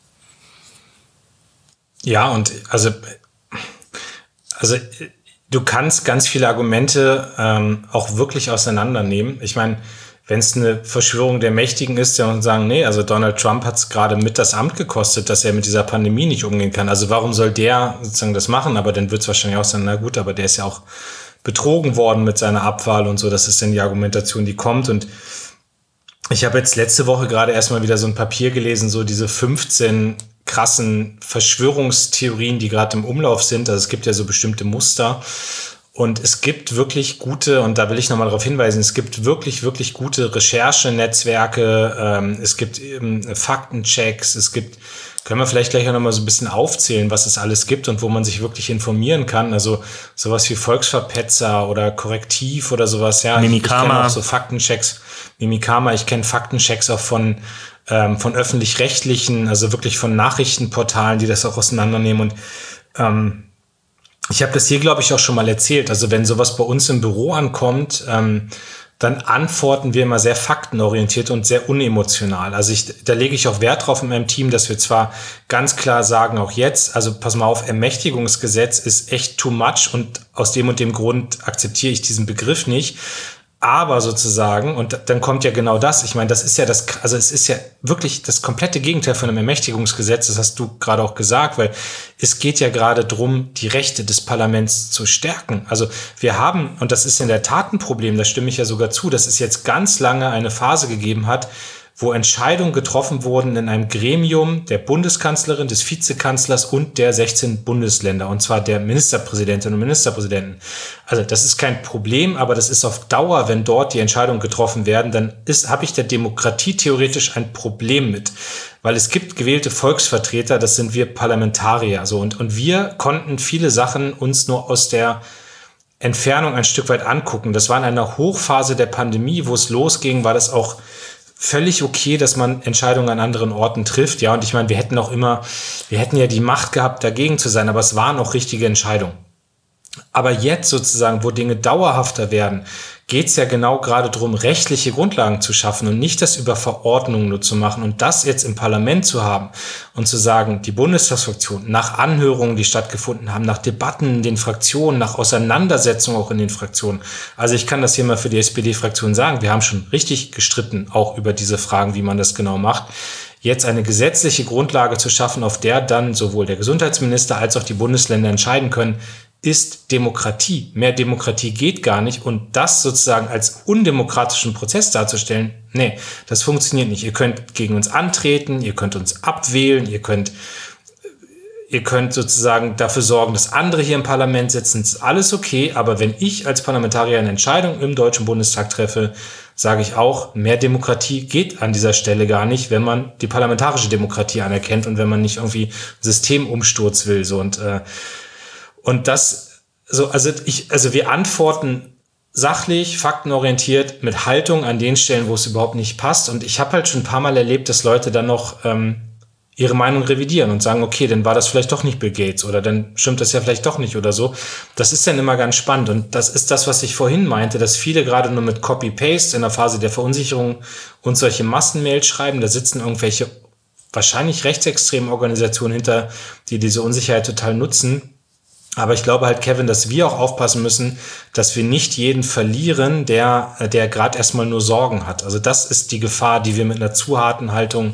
Ja, und also, also du kannst ganz viele Argumente ähm, auch wirklich auseinandernehmen. Ich meine, wenn es eine Verschwörung der Mächtigen ist, ja, und sagen, nee, also Donald Trump hat es gerade mit das Amt gekostet, dass er mit dieser Pandemie nicht umgehen kann. Also warum soll der sozusagen das machen? Aber dann wird es wahrscheinlich auch sagen, na gut, aber der ist ja auch betrogen worden mit seiner Abwahl und so. Das ist dann die Argumentation, die kommt. Und ich habe jetzt letzte Woche gerade erstmal wieder so ein Papier gelesen, so diese fünfzehn krassen Verschwörungstheorien, die gerade im Umlauf sind. Also es gibt ja so bestimmte Muster. Und es gibt wirklich gute, und da will ich nochmal darauf hinweisen, es gibt wirklich, wirklich gute Recherchenetzwerke, ähm, es gibt ähm, Faktenchecks, es gibt, können wir vielleicht gleich auch nochmal so ein bisschen aufzählen, was es alles gibt und wo man sich wirklich informieren kann. Also sowas wie Volksverpetzer oder Korrektiv oder sowas. Ja, Mimikama. Ich kenne auch so Faktenchecks, Mimikama, ich kenne Faktenchecks auch von, ähm, von öffentlich-rechtlichen, also wirklich von Nachrichtenportalen, die das auch auseinandernehmen. Und ähm, ich habe das hier, glaube ich, auch schon mal erzählt. Also wenn sowas bei uns im Büro ankommt, ähm, dann antworten wir immer sehr faktenorientiert und sehr unemotional. Also ich, da lege ich auch Wert drauf in meinem Team, dass wir zwar ganz klar sagen, auch jetzt, also pass mal auf, Ermächtigungsgesetz ist echt too much und aus dem und dem Grund akzeptiere ich diesen Begriff nicht. Aber sozusagen, und dann kommt ja genau das, ich meine, das ist ja das, also es ist ja wirklich das komplette Gegenteil von einem Ermächtigungsgesetz, das hast du gerade auch gesagt, weil es geht ja gerade drum, die Rechte des Parlaments zu stärken. Also wir haben, und das ist in der Tat ein Problem, da stimme ich ja sogar zu, dass es jetzt ganz lange eine Phase gegeben hat, wo Entscheidungen getroffen wurden in einem Gremium der Bundeskanzlerin, des Vizekanzlers und der sechzehn Bundesländer, und zwar der Ministerpräsidentinnen und Ministerpräsidenten. Also das ist kein Problem, aber das ist auf Dauer, wenn dort die Entscheidungen getroffen werden, dann ist, habe ich der Demokratie theoretisch ein Problem mit. Weil es gibt gewählte Volksvertreter, das sind wir Parlamentarier. So, und, und wir konnten viele Sachen uns nur aus der Entfernung ein Stück weit angucken. Das war in einer Hochphase der Pandemie, wo es losging, war das auch völlig okay, dass man Entscheidungen an anderen Orten trifft. Ja, und ich meine, wir hätten auch immer, wir hätten ja die Macht gehabt, dagegen zu sein, aber es waren auch richtige Entscheidungen. Aber jetzt sozusagen, wo Dinge dauerhafter werden, geht es ja genau gerade darum, rechtliche Grundlagen zu schaffen und nicht das über Verordnungen nur zu machen. Und das jetzt im Parlament zu haben und zu sagen, die Bundestagsfraktion nach Anhörungen, die stattgefunden haben, nach Debatten in den Fraktionen, nach Auseinandersetzungen auch in den Fraktionen. Also ich kann das hier mal für die S P D-Fraktion sagen, wir haben schon richtig gestritten, auch über diese Fragen, wie man das genau macht. Jetzt eine gesetzliche Grundlage zu schaffen, auf der dann sowohl der Gesundheitsminister als auch die Bundesländer entscheiden können, ist Demokratie. Mehr Demokratie geht gar nicht. Und das sozusagen als undemokratischen Prozess darzustellen, nee, das funktioniert nicht. Ihr könnt gegen uns antreten, ihr könnt uns abwählen, ihr könnt, ihr könnt sozusagen dafür sorgen, dass andere hier im Parlament sitzen. Das ist alles okay. Aber wenn ich als Parlamentarier eine Entscheidung im Deutschen Bundestag treffe, sage ich auch, mehr Demokratie geht an dieser Stelle gar nicht, wenn man die parlamentarische Demokratie anerkennt und wenn man nicht irgendwie Systemumsturz will. So und äh, und das so also ich also wir antworten sachlich, faktenorientiert, mit Haltung an den Stellen, wo es überhaupt nicht passt. Und ich habe halt schon ein paar Mal erlebt, dass Leute dann noch ähm, ihre Meinung revidieren und sagen, okay, dann war das vielleicht doch nicht Bill Gates oder dann stimmt das ja vielleicht doch nicht oder so. Das ist dann immer ganz spannend. Und das ist das, was ich vorhin meinte, dass viele gerade nur mit Copy-Paste in der Phase der Verunsicherung und solche Massenmails schreiben. Da sitzen irgendwelche wahrscheinlich rechtsextremen Organisationen hinter, die diese Unsicherheit total nutzen. Aber ich glaube halt, Kevin, dass wir auch aufpassen müssen, dass wir nicht jeden verlieren, der, der gerade erstmal nur Sorgen hat. Also das ist die Gefahr, die wir mit einer zu harten Haltung,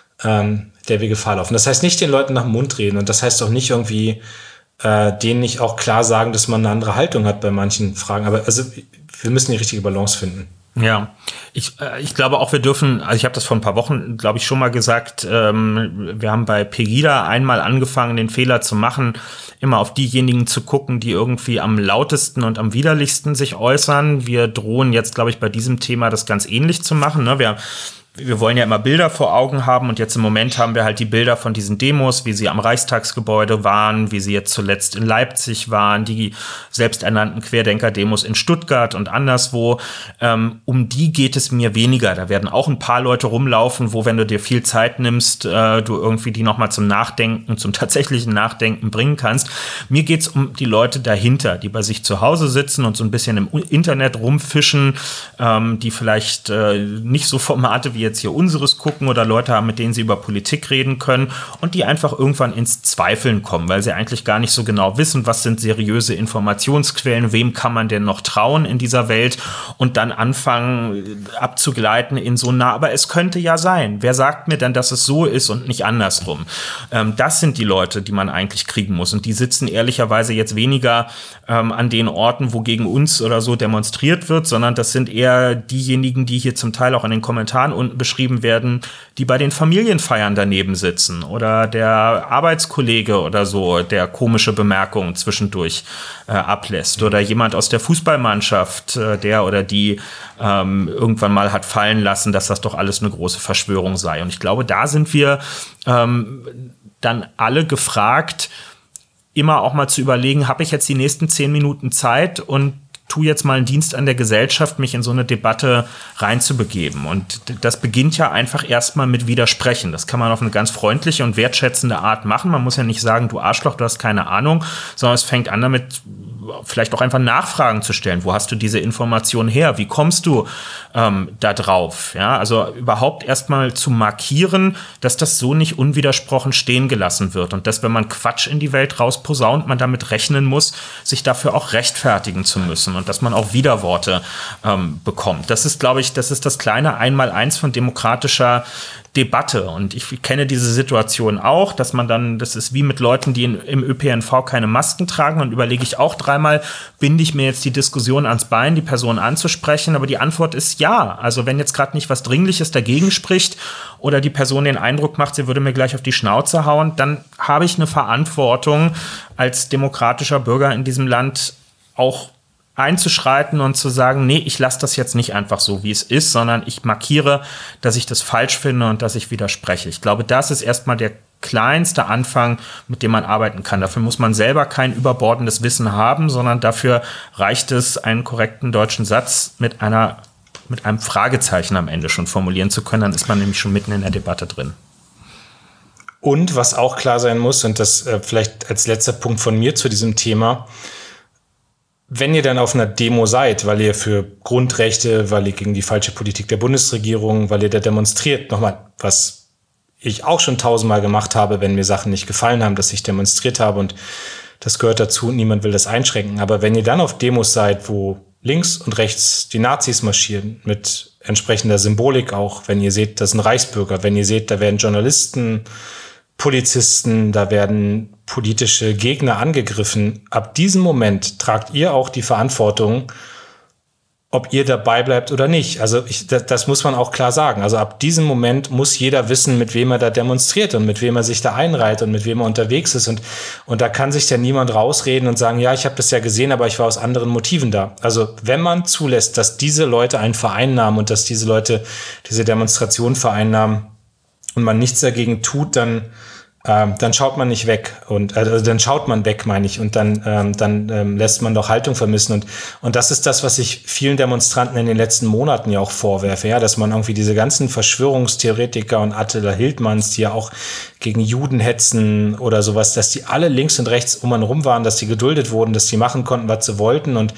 ähm, der wir Gefahr laufen. Das heißt nicht den Leuten nach dem Mund reden und das heißt auch nicht irgendwie äh, denen nicht auch klar sagen, dass man eine andere Haltung hat bei manchen Fragen. Aber also wir müssen die richtige Balance finden. Ja, ich, äh, ich glaube auch, wir dürfen, also ich habe das vor ein paar Wochen, glaube ich, schon mal gesagt, ähm, wir haben bei Pegida einmal angefangen, den Fehler zu machen, immer auf diejenigen zu gucken, die irgendwie am lautesten und am widerlichsten sich äußern. Wir drohen jetzt, glaube ich, bei diesem Thema das ganz ähnlich zu machen. Ne? Wir Wir wollen ja immer Bilder vor Augen haben und jetzt im Moment haben wir halt die Bilder von diesen Demos, wie sie am Reichstagsgebäude waren, wie sie jetzt zuletzt in Leipzig waren, die selbsternannten Querdenker-Demos in Stuttgart und anderswo. Ähm, um die geht es mir weniger. Da werden auch ein paar Leute rumlaufen, wo, wenn du dir viel Zeit nimmst, äh, du irgendwie die nochmal zum Nachdenken, zum tatsächlichen Nachdenken bringen kannst. Mir geht's um die Leute dahinter, die bei sich zu Hause sitzen und so ein bisschen im Internet rumfischen, ähm, die vielleicht äh, nicht so Formate wie jetzt hier unseres gucken oder Leute haben, mit denen sie über Politik reden können und die einfach irgendwann ins Zweifeln kommen, weil sie eigentlich gar nicht so genau wissen, was sind seriöse Informationsquellen, wem kann man denn noch trauen in dieser Welt und dann anfangen abzugleiten in so, na, aber es könnte ja sein. Wer sagt mir denn, dass es so ist und nicht andersrum? Ähm, das sind die Leute, die man eigentlich kriegen muss und die sitzen ehrlicherweise jetzt weniger ähm, an den Orten, wo gegen uns oder so demonstriert wird, sondern das sind eher diejenigen, die hier zum Teil auch in den Kommentaren unten beschrieben werden, die bei den Familienfeiern daneben sitzen oder der Arbeitskollege oder so, der komische Bemerkungen zwischendurch äh, ablässt oder jemand aus der Fußballmannschaft, äh, der oder die ähm, irgendwann mal hat fallen lassen, dass das doch alles eine große Verschwörung sei. Und ich glaube, da sind wir ähm, dann alle gefragt, immer auch mal zu überlegen, habe ich jetzt die nächsten zehn Minuten Zeit und tu jetzt mal einen Dienst an der Gesellschaft, mich in so eine Debatte reinzubegeben. Und das beginnt ja einfach erstmal mit Widersprechen. Das kann man auf eine ganz freundliche und wertschätzende Art machen. Man muss ja nicht sagen, du Arschloch, du hast keine Ahnung, sondern es fängt an damit, vielleicht auch einfach Nachfragen zu stellen. Wo hast du diese Information her? Wie kommst du ähm, da drauf? Ja, also überhaupt erstmal zu markieren, dass das so nicht unwidersprochen stehen gelassen wird und dass, wenn man Quatsch in die Welt rausposaunt, man damit rechnen muss, sich dafür auch rechtfertigen zu müssen und dass man auch Widerworte ähm, bekommt. Das ist, glaube ich, das ist das kleine Einmaleins von demokratischer Debatte. Und ich kenne diese Situation auch, dass man dann, das ist wie mit Leuten, die in, im Ö P N V keine Masken tragen, und überlege ich auch dreimal, binde ich mir jetzt die Diskussion ans Bein, die Person anzusprechen? Aber die Antwort ist ja. Also wenn jetzt gerade nicht was Dringliches dagegen spricht oder die Person den Eindruck macht, sie würde mir gleich auf die Schnauze hauen, dann habe ich eine Verantwortung als demokratischer Bürger in diesem Land auch einzuschreiten und zu sagen, nee, ich lasse das jetzt nicht einfach so, wie es ist, sondern ich markiere, dass ich das falsch finde und dass ich widerspreche. Ich glaube, das ist erstmal der kleinste Anfang, mit dem man arbeiten kann. Dafür muss man selber kein überbordendes Wissen haben, sondern dafür reicht es, einen korrekten deutschen Satz mit einer, mit einem Fragezeichen am Ende schon formulieren zu können. Dann ist man nämlich schon mitten in der Debatte drin. Und was auch klar sein muss, und das äh, vielleicht als letzter Punkt von mir zu diesem Thema: Wenn ihr dann auf einer Demo seid, weil ihr für Grundrechte, weil ihr gegen die falsche Politik der Bundesregierung, weil ihr da demonstriert, nochmal, was ich auch schon tausendmal gemacht habe, wenn mir Sachen nicht gefallen haben, dass ich demonstriert habe, und das gehört dazu, niemand will das einschränken. Aber wenn ihr dann auf Demos seid, wo links und rechts die Nazis marschieren, mit entsprechender Symbolik auch, wenn ihr seht, das sind Reichsbürger, wenn ihr seht, da werden Journalisten, Polizisten, da werden politische Gegner angegriffen. Ab diesem Moment tragt ihr auch die Verantwortung, ob ihr dabei bleibt oder nicht. Also ich, das, das muss man auch klar sagen. Also ab diesem Moment muss jeder wissen, mit wem er da demonstriert und mit wem er sich da einreiht und mit wem er unterwegs ist. Und, und da kann sich ja niemand rausreden und sagen, ja, ich habe das ja gesehen, aber ich war aus anderen Motiven da. Also wenn man zulässt, dass diese Leute einen vereinnahmen und dass diese Leute diese Demonstration vereinnahmen und man nichts dagegen tut, dann Ähm, dann schaut man nicht weg und also dann schaut man weg, meine ich, und dann ähm, dann ähm, lässt man doch Haltung vermissen und und das ist das, was ich vielen Demonstranten in den letzten Monaten ja auch vorwerfe, ja, dass man irgendwie diese ganzen Verschwörungstheoretiker und Attila Hildmanns, die ja auch gegen Juden hetzen oder sowas, dass die alle links und rechts um einen rum waren, dass die geduldet wurden, dass die machen konnten, was sie wollten. Und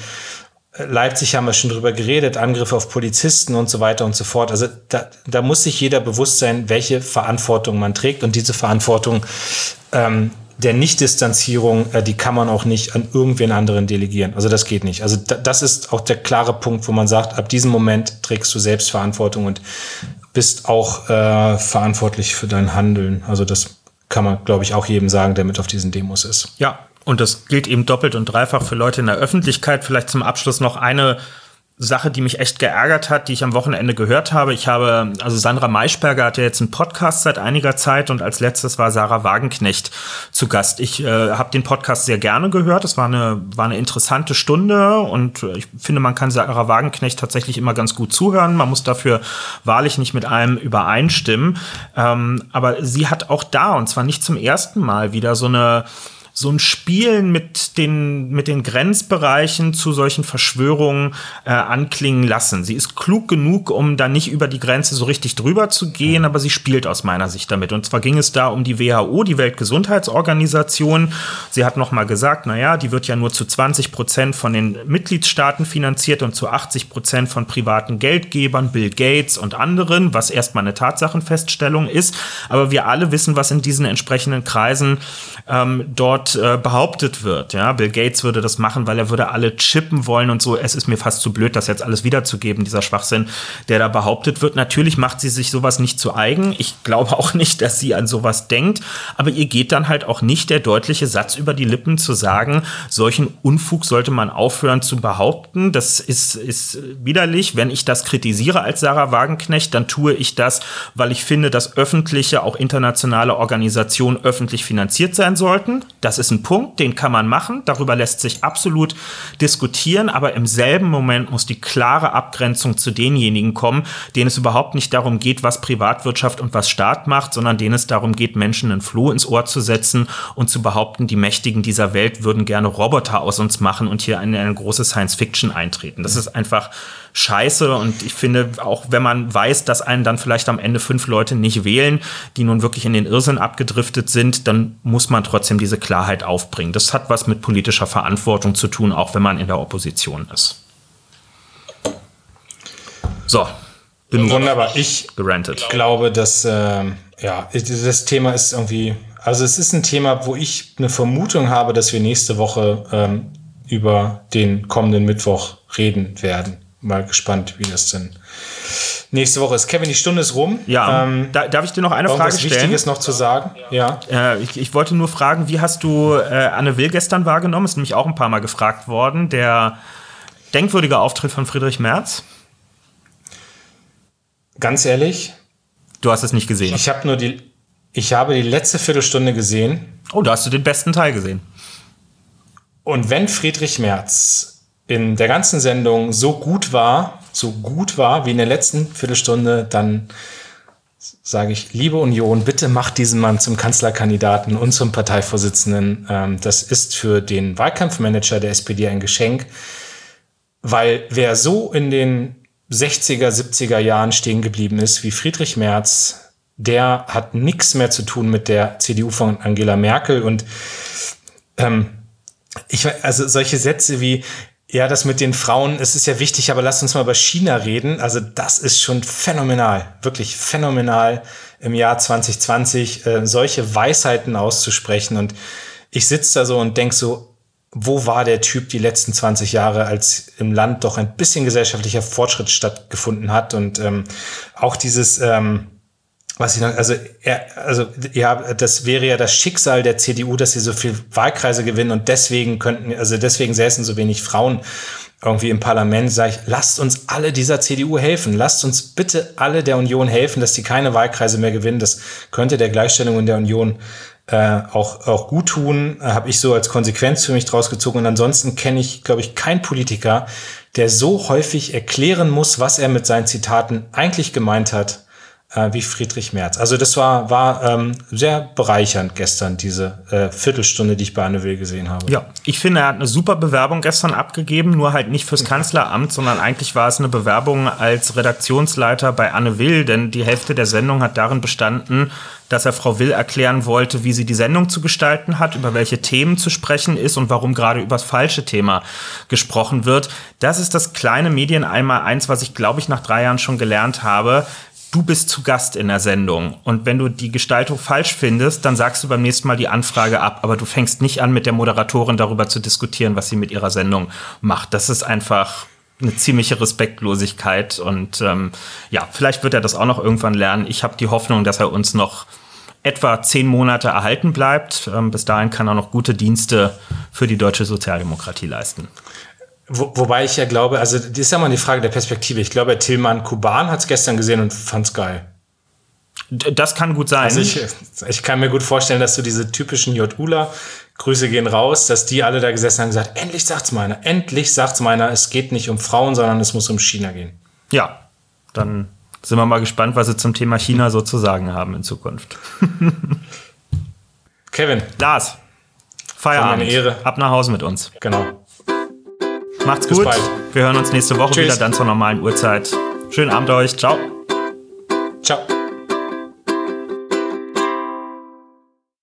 Leipzig haben wir schon drüber geredet, Angriffe auf Polizisten und so weiter und so fort. Also da, da muss sich jeder bewusst sein, welche Verantwortung man trägt. Und diese Verantwortung ähm, der Nicht-Distanzierung, äh, die kann man auch nicht an irgendwen anderen delegieren. Also das geht nicht. Also da, das ist auch der klare Punkt, wo man sagt, ab diesem Moment trägst du selbst Verantwortung und bist auch äh, verantwortlich für dein Handeln. Also das kann man, glaube ich, auch jedem sagen, der mit auf diesen Demos ist. Ja. Und das gilt eben doppelt und dreifach für Leute in der Öffentlichkeit. Vielleicht zum Abschluss noch eine Sache, die mich echt geärgert hat, die ich am Wochenende gehört habe. Ich habe, also Sandra Maischberger hat ja jetzt einen Podcast seit einiger Zeit und als letztes war Sarah Wagenknecht zu Gast. Ich äh, habe den Podcast sehr gerne gehört. Es war eine, war eine interessante Stunde und ich finde, man kann Sarah Wagenknecht tatsächlich immer ganz gut zuhören. Man muss dafür wahrlich nicht mit allem übereinstimmen. Ähm, aber sie hat auch da, und zwar nicht zum ersten Mal, wieder so eine so ein Spielen mit den, mit den Grenzbereichen zu solchen Verschwörungen äh, anklingen lassen. Sie ist klug genug, um da nicht über die Grenze so richtig drüber zu gehen, aber sie spielt aus meiner Sicht damit. Und zwar ging es da um die W H O, die Weltgesundheitsorganisation. Sie hat noch mal gesagt, na ja, die wird ja nur zu zwanzig Prozent von den Mitgliedstaaten finanziert und zu achtzig Prozent von privaten Geldgebern, Bill Gates und anderen, was erstmal eine Tatsachenfeststellung ist. Aber wir alle wissen, was in diesen entsprechenden Kreisen ähm, dort behauptet wird. Ja, Bill Gates würde das machen, weil er würde alle chippen wollen und so. Es ist mir fast zu blöd, das jetzt alles wiederzugeben, dieser Schwachsinn, der da behauptet wird. Natürlich macht sie sich sowas nicht zu eigen. Ich glaube auch nicht, dass sie an sowas denkt. Aber ihr geht dann halt auch nicht der deutliche Satz über die Lippen zu sagen, solchen Unfug sollte man aufhören zu behaupten. Das ist, ist widerlich. Wenn ich das kritisiere als Sarah Wagenknecht, dann tue ich das, weil ich finde, dass öffentliche, auch internationale Organisationen öffentlich finanziert sein sollten. Das ist ein Punkt, den kann man machen. Darüber lässt sich absolut diskutieren. Aber im selben Moment muss die klare Abgrenzung zu denjenigen kommen, denen es überhaupt nicht darum geht, was Privatwirtschaft und was Staat macht, sondern denen es darum geht, Menschen einen Floh ins Ohr zu setzen und zu behaupten, die Mächtigen dieser Welt würden gerne Roboter aus uns machen und hier in eine große Science-Fiction eintreten. Das ist einfach scheiße. Und ich finde, auch wenn man weiß, dass einen dann vielleicht am Ende fünf Leute nicht wählen, die nun wirklich in den Irrsinn abgedriftet sind, dann muss man trotzdem diese Klarheit aufbringen. Das hat was mit politischer Verantwortung zu tun, auch wenn man in der Opposition ist. So. Wunderbar. Ich gerantet. glaube, dass ähm, ja, das Thema ist irgendwie, also es ist ein Thema, wo ich eine Vermutung habe, dass wir nächste Woche ähm, über den kommenden Mittwoch reden werden. Mal gespannt, wie das denn nächste Woche ist. Kevin, die Stunde ist rum. Ja, ähm, da, darf ich dir noch eine Frage stellen? Was Wichtiges noch zu sagen? Ja. Äh, ich, ich wollte nur fragen, wie hast du äh, Anne Will gestern wahrgenommen? Ist nämlich auch ein paar Mal gefragt worden. Der denkwürdige Auftritt von Friedrich Merz? Ganz ehrlich? Du hast es nicht gesehen. Ich habe nur die, ich habe die letzte Viertelstunde gesehen. Oh, da hast du den besten Teil gesehen. Und wenn Friedrich Merz in der ganzen Sendung so gut war, so gut war wie in der letzten Viertelstunde, dann sage ich, liebe Union, bitte macht diesen Mann zum Kanzlerkandidaten und zum Parteivorsitzenden. Ähm, das ist für den Wahlkampfmanager der S P D ein Geschenk, weil wer so in den sechziger, siebziger Jahren stehen geblieben ist wie Friedrich Merz, der hat nichts mehr zu tun mit der C D U von Angela Merkel. Und ähm, ich, also solche Sätze wie, ja, das mit den Frauen, es ist ja wichtig, aber lasst uns mal über China reden. Also das ist schon phänomenal, wirklich phänomenal im Jahr zwanzig zwanzig, äh, solche Weisheiten auszusprechen. Und ich sitze da so und denk so, wo war der Typ die letzten zwanzig Jahre, als im Land doch ein bisschen gesellschaftlicher Fortschritt stattgefunden hat? Und ähm, auch dieses, ähm, Was ich noch, also, er, also, ja, das wäre ja das Schicksal der C D U, dass sie so viel Wahlkreise gewinnen und deswegen könnten, also deswegen säßen so wenig Frauen irgendwie im Parlament. Sag ich, lasst uns alle dieser C D U helfen. Lasst uns bitte alle der Union helfen, dass die keine Wahlkreise mehr gewinnen. Das könnte der Gleichstellung in der Union äh, auch, auch gut tun. Äh, habe ich so als Konsequenz für mich draus gezogen. Und ansonsten kenne ich, glaube ich, keinen Politiker, der so häufig erklären muss, was er mit seinen Zitaten eigentlich gemeint hat, äh, wie Friedrich Merz. Also das war, war ähm, sehr bereichernd gestern, diese äh, Viertelstunde, die ich bei Anne Will gesehen habe. Ja, ich finde, er hat eine super Bewerbung gestern abgegeben, nur halt nicht fürs Kanzleramt, sondern eigentlich war es eine Bewerbung als Redaktionsleiter bei Anne Will, denn die Hälfte der Sendung hat darin bestanden, dass er Frau Will erklären wollte, wie sie die Sendung zu gestalten hat, über welche Themen zu sprechen ist und warum gerade über das falsche Thema gesprochen wird. Das ist das kleine Medien-Einmaleins, was ich, glaube ich, nach drei Jahren schon gelernt habe. Du bist zu Gast in der Sendung und wenn du die Gestaltung falsch findest, dann sagst du beim nächsten Mal die Anfrage ab, aber du fängst nicht an, mit der Moderatorin darüber zu diskutieren, was sie mit ihrer Sendung macht. Das ist einfach eine ziemliche Respektlosigkeit und ähm, ja, vielleicht wird er das auch noch irgendwann lernen. Ich habe die Hoffnung, dass er uns noch etwa zehn Monate erhalten bleibt. Ähm, bis dahin kann er noch gute Dienste für die deutsche Sozialdemokratie leisten. Wo, wobei ich ja glaube, also das ist ja mal die Frage der Perspektive. Ich glaube, Tillmann Kuban hat es gestern gesehen und fand es geil. Das kann gut sein. Also ich, ich kann mir gut vorstellen, dass so diese typischen JUler, Grüße gehen raus, dass die alle da gesessen haben und gesagt, endlich sagt's meiner, endlich sagt's meiner, es geht nicht um Frauen, sondern es muss um China gehen. Ja, dann sind wir mal gespannt, was sie zum Thema China so zu sagen haben in Zukunft. Kevin. Lars, Feierabend. Eine Ehre. Ab nach Hause mit uns. Genau. Macht's Bis gut. bald. Wir hören uns nächste Woche Tschüss. wieder, dann zur normalen Uhrzeit. Schönen Abend euch. Ciao.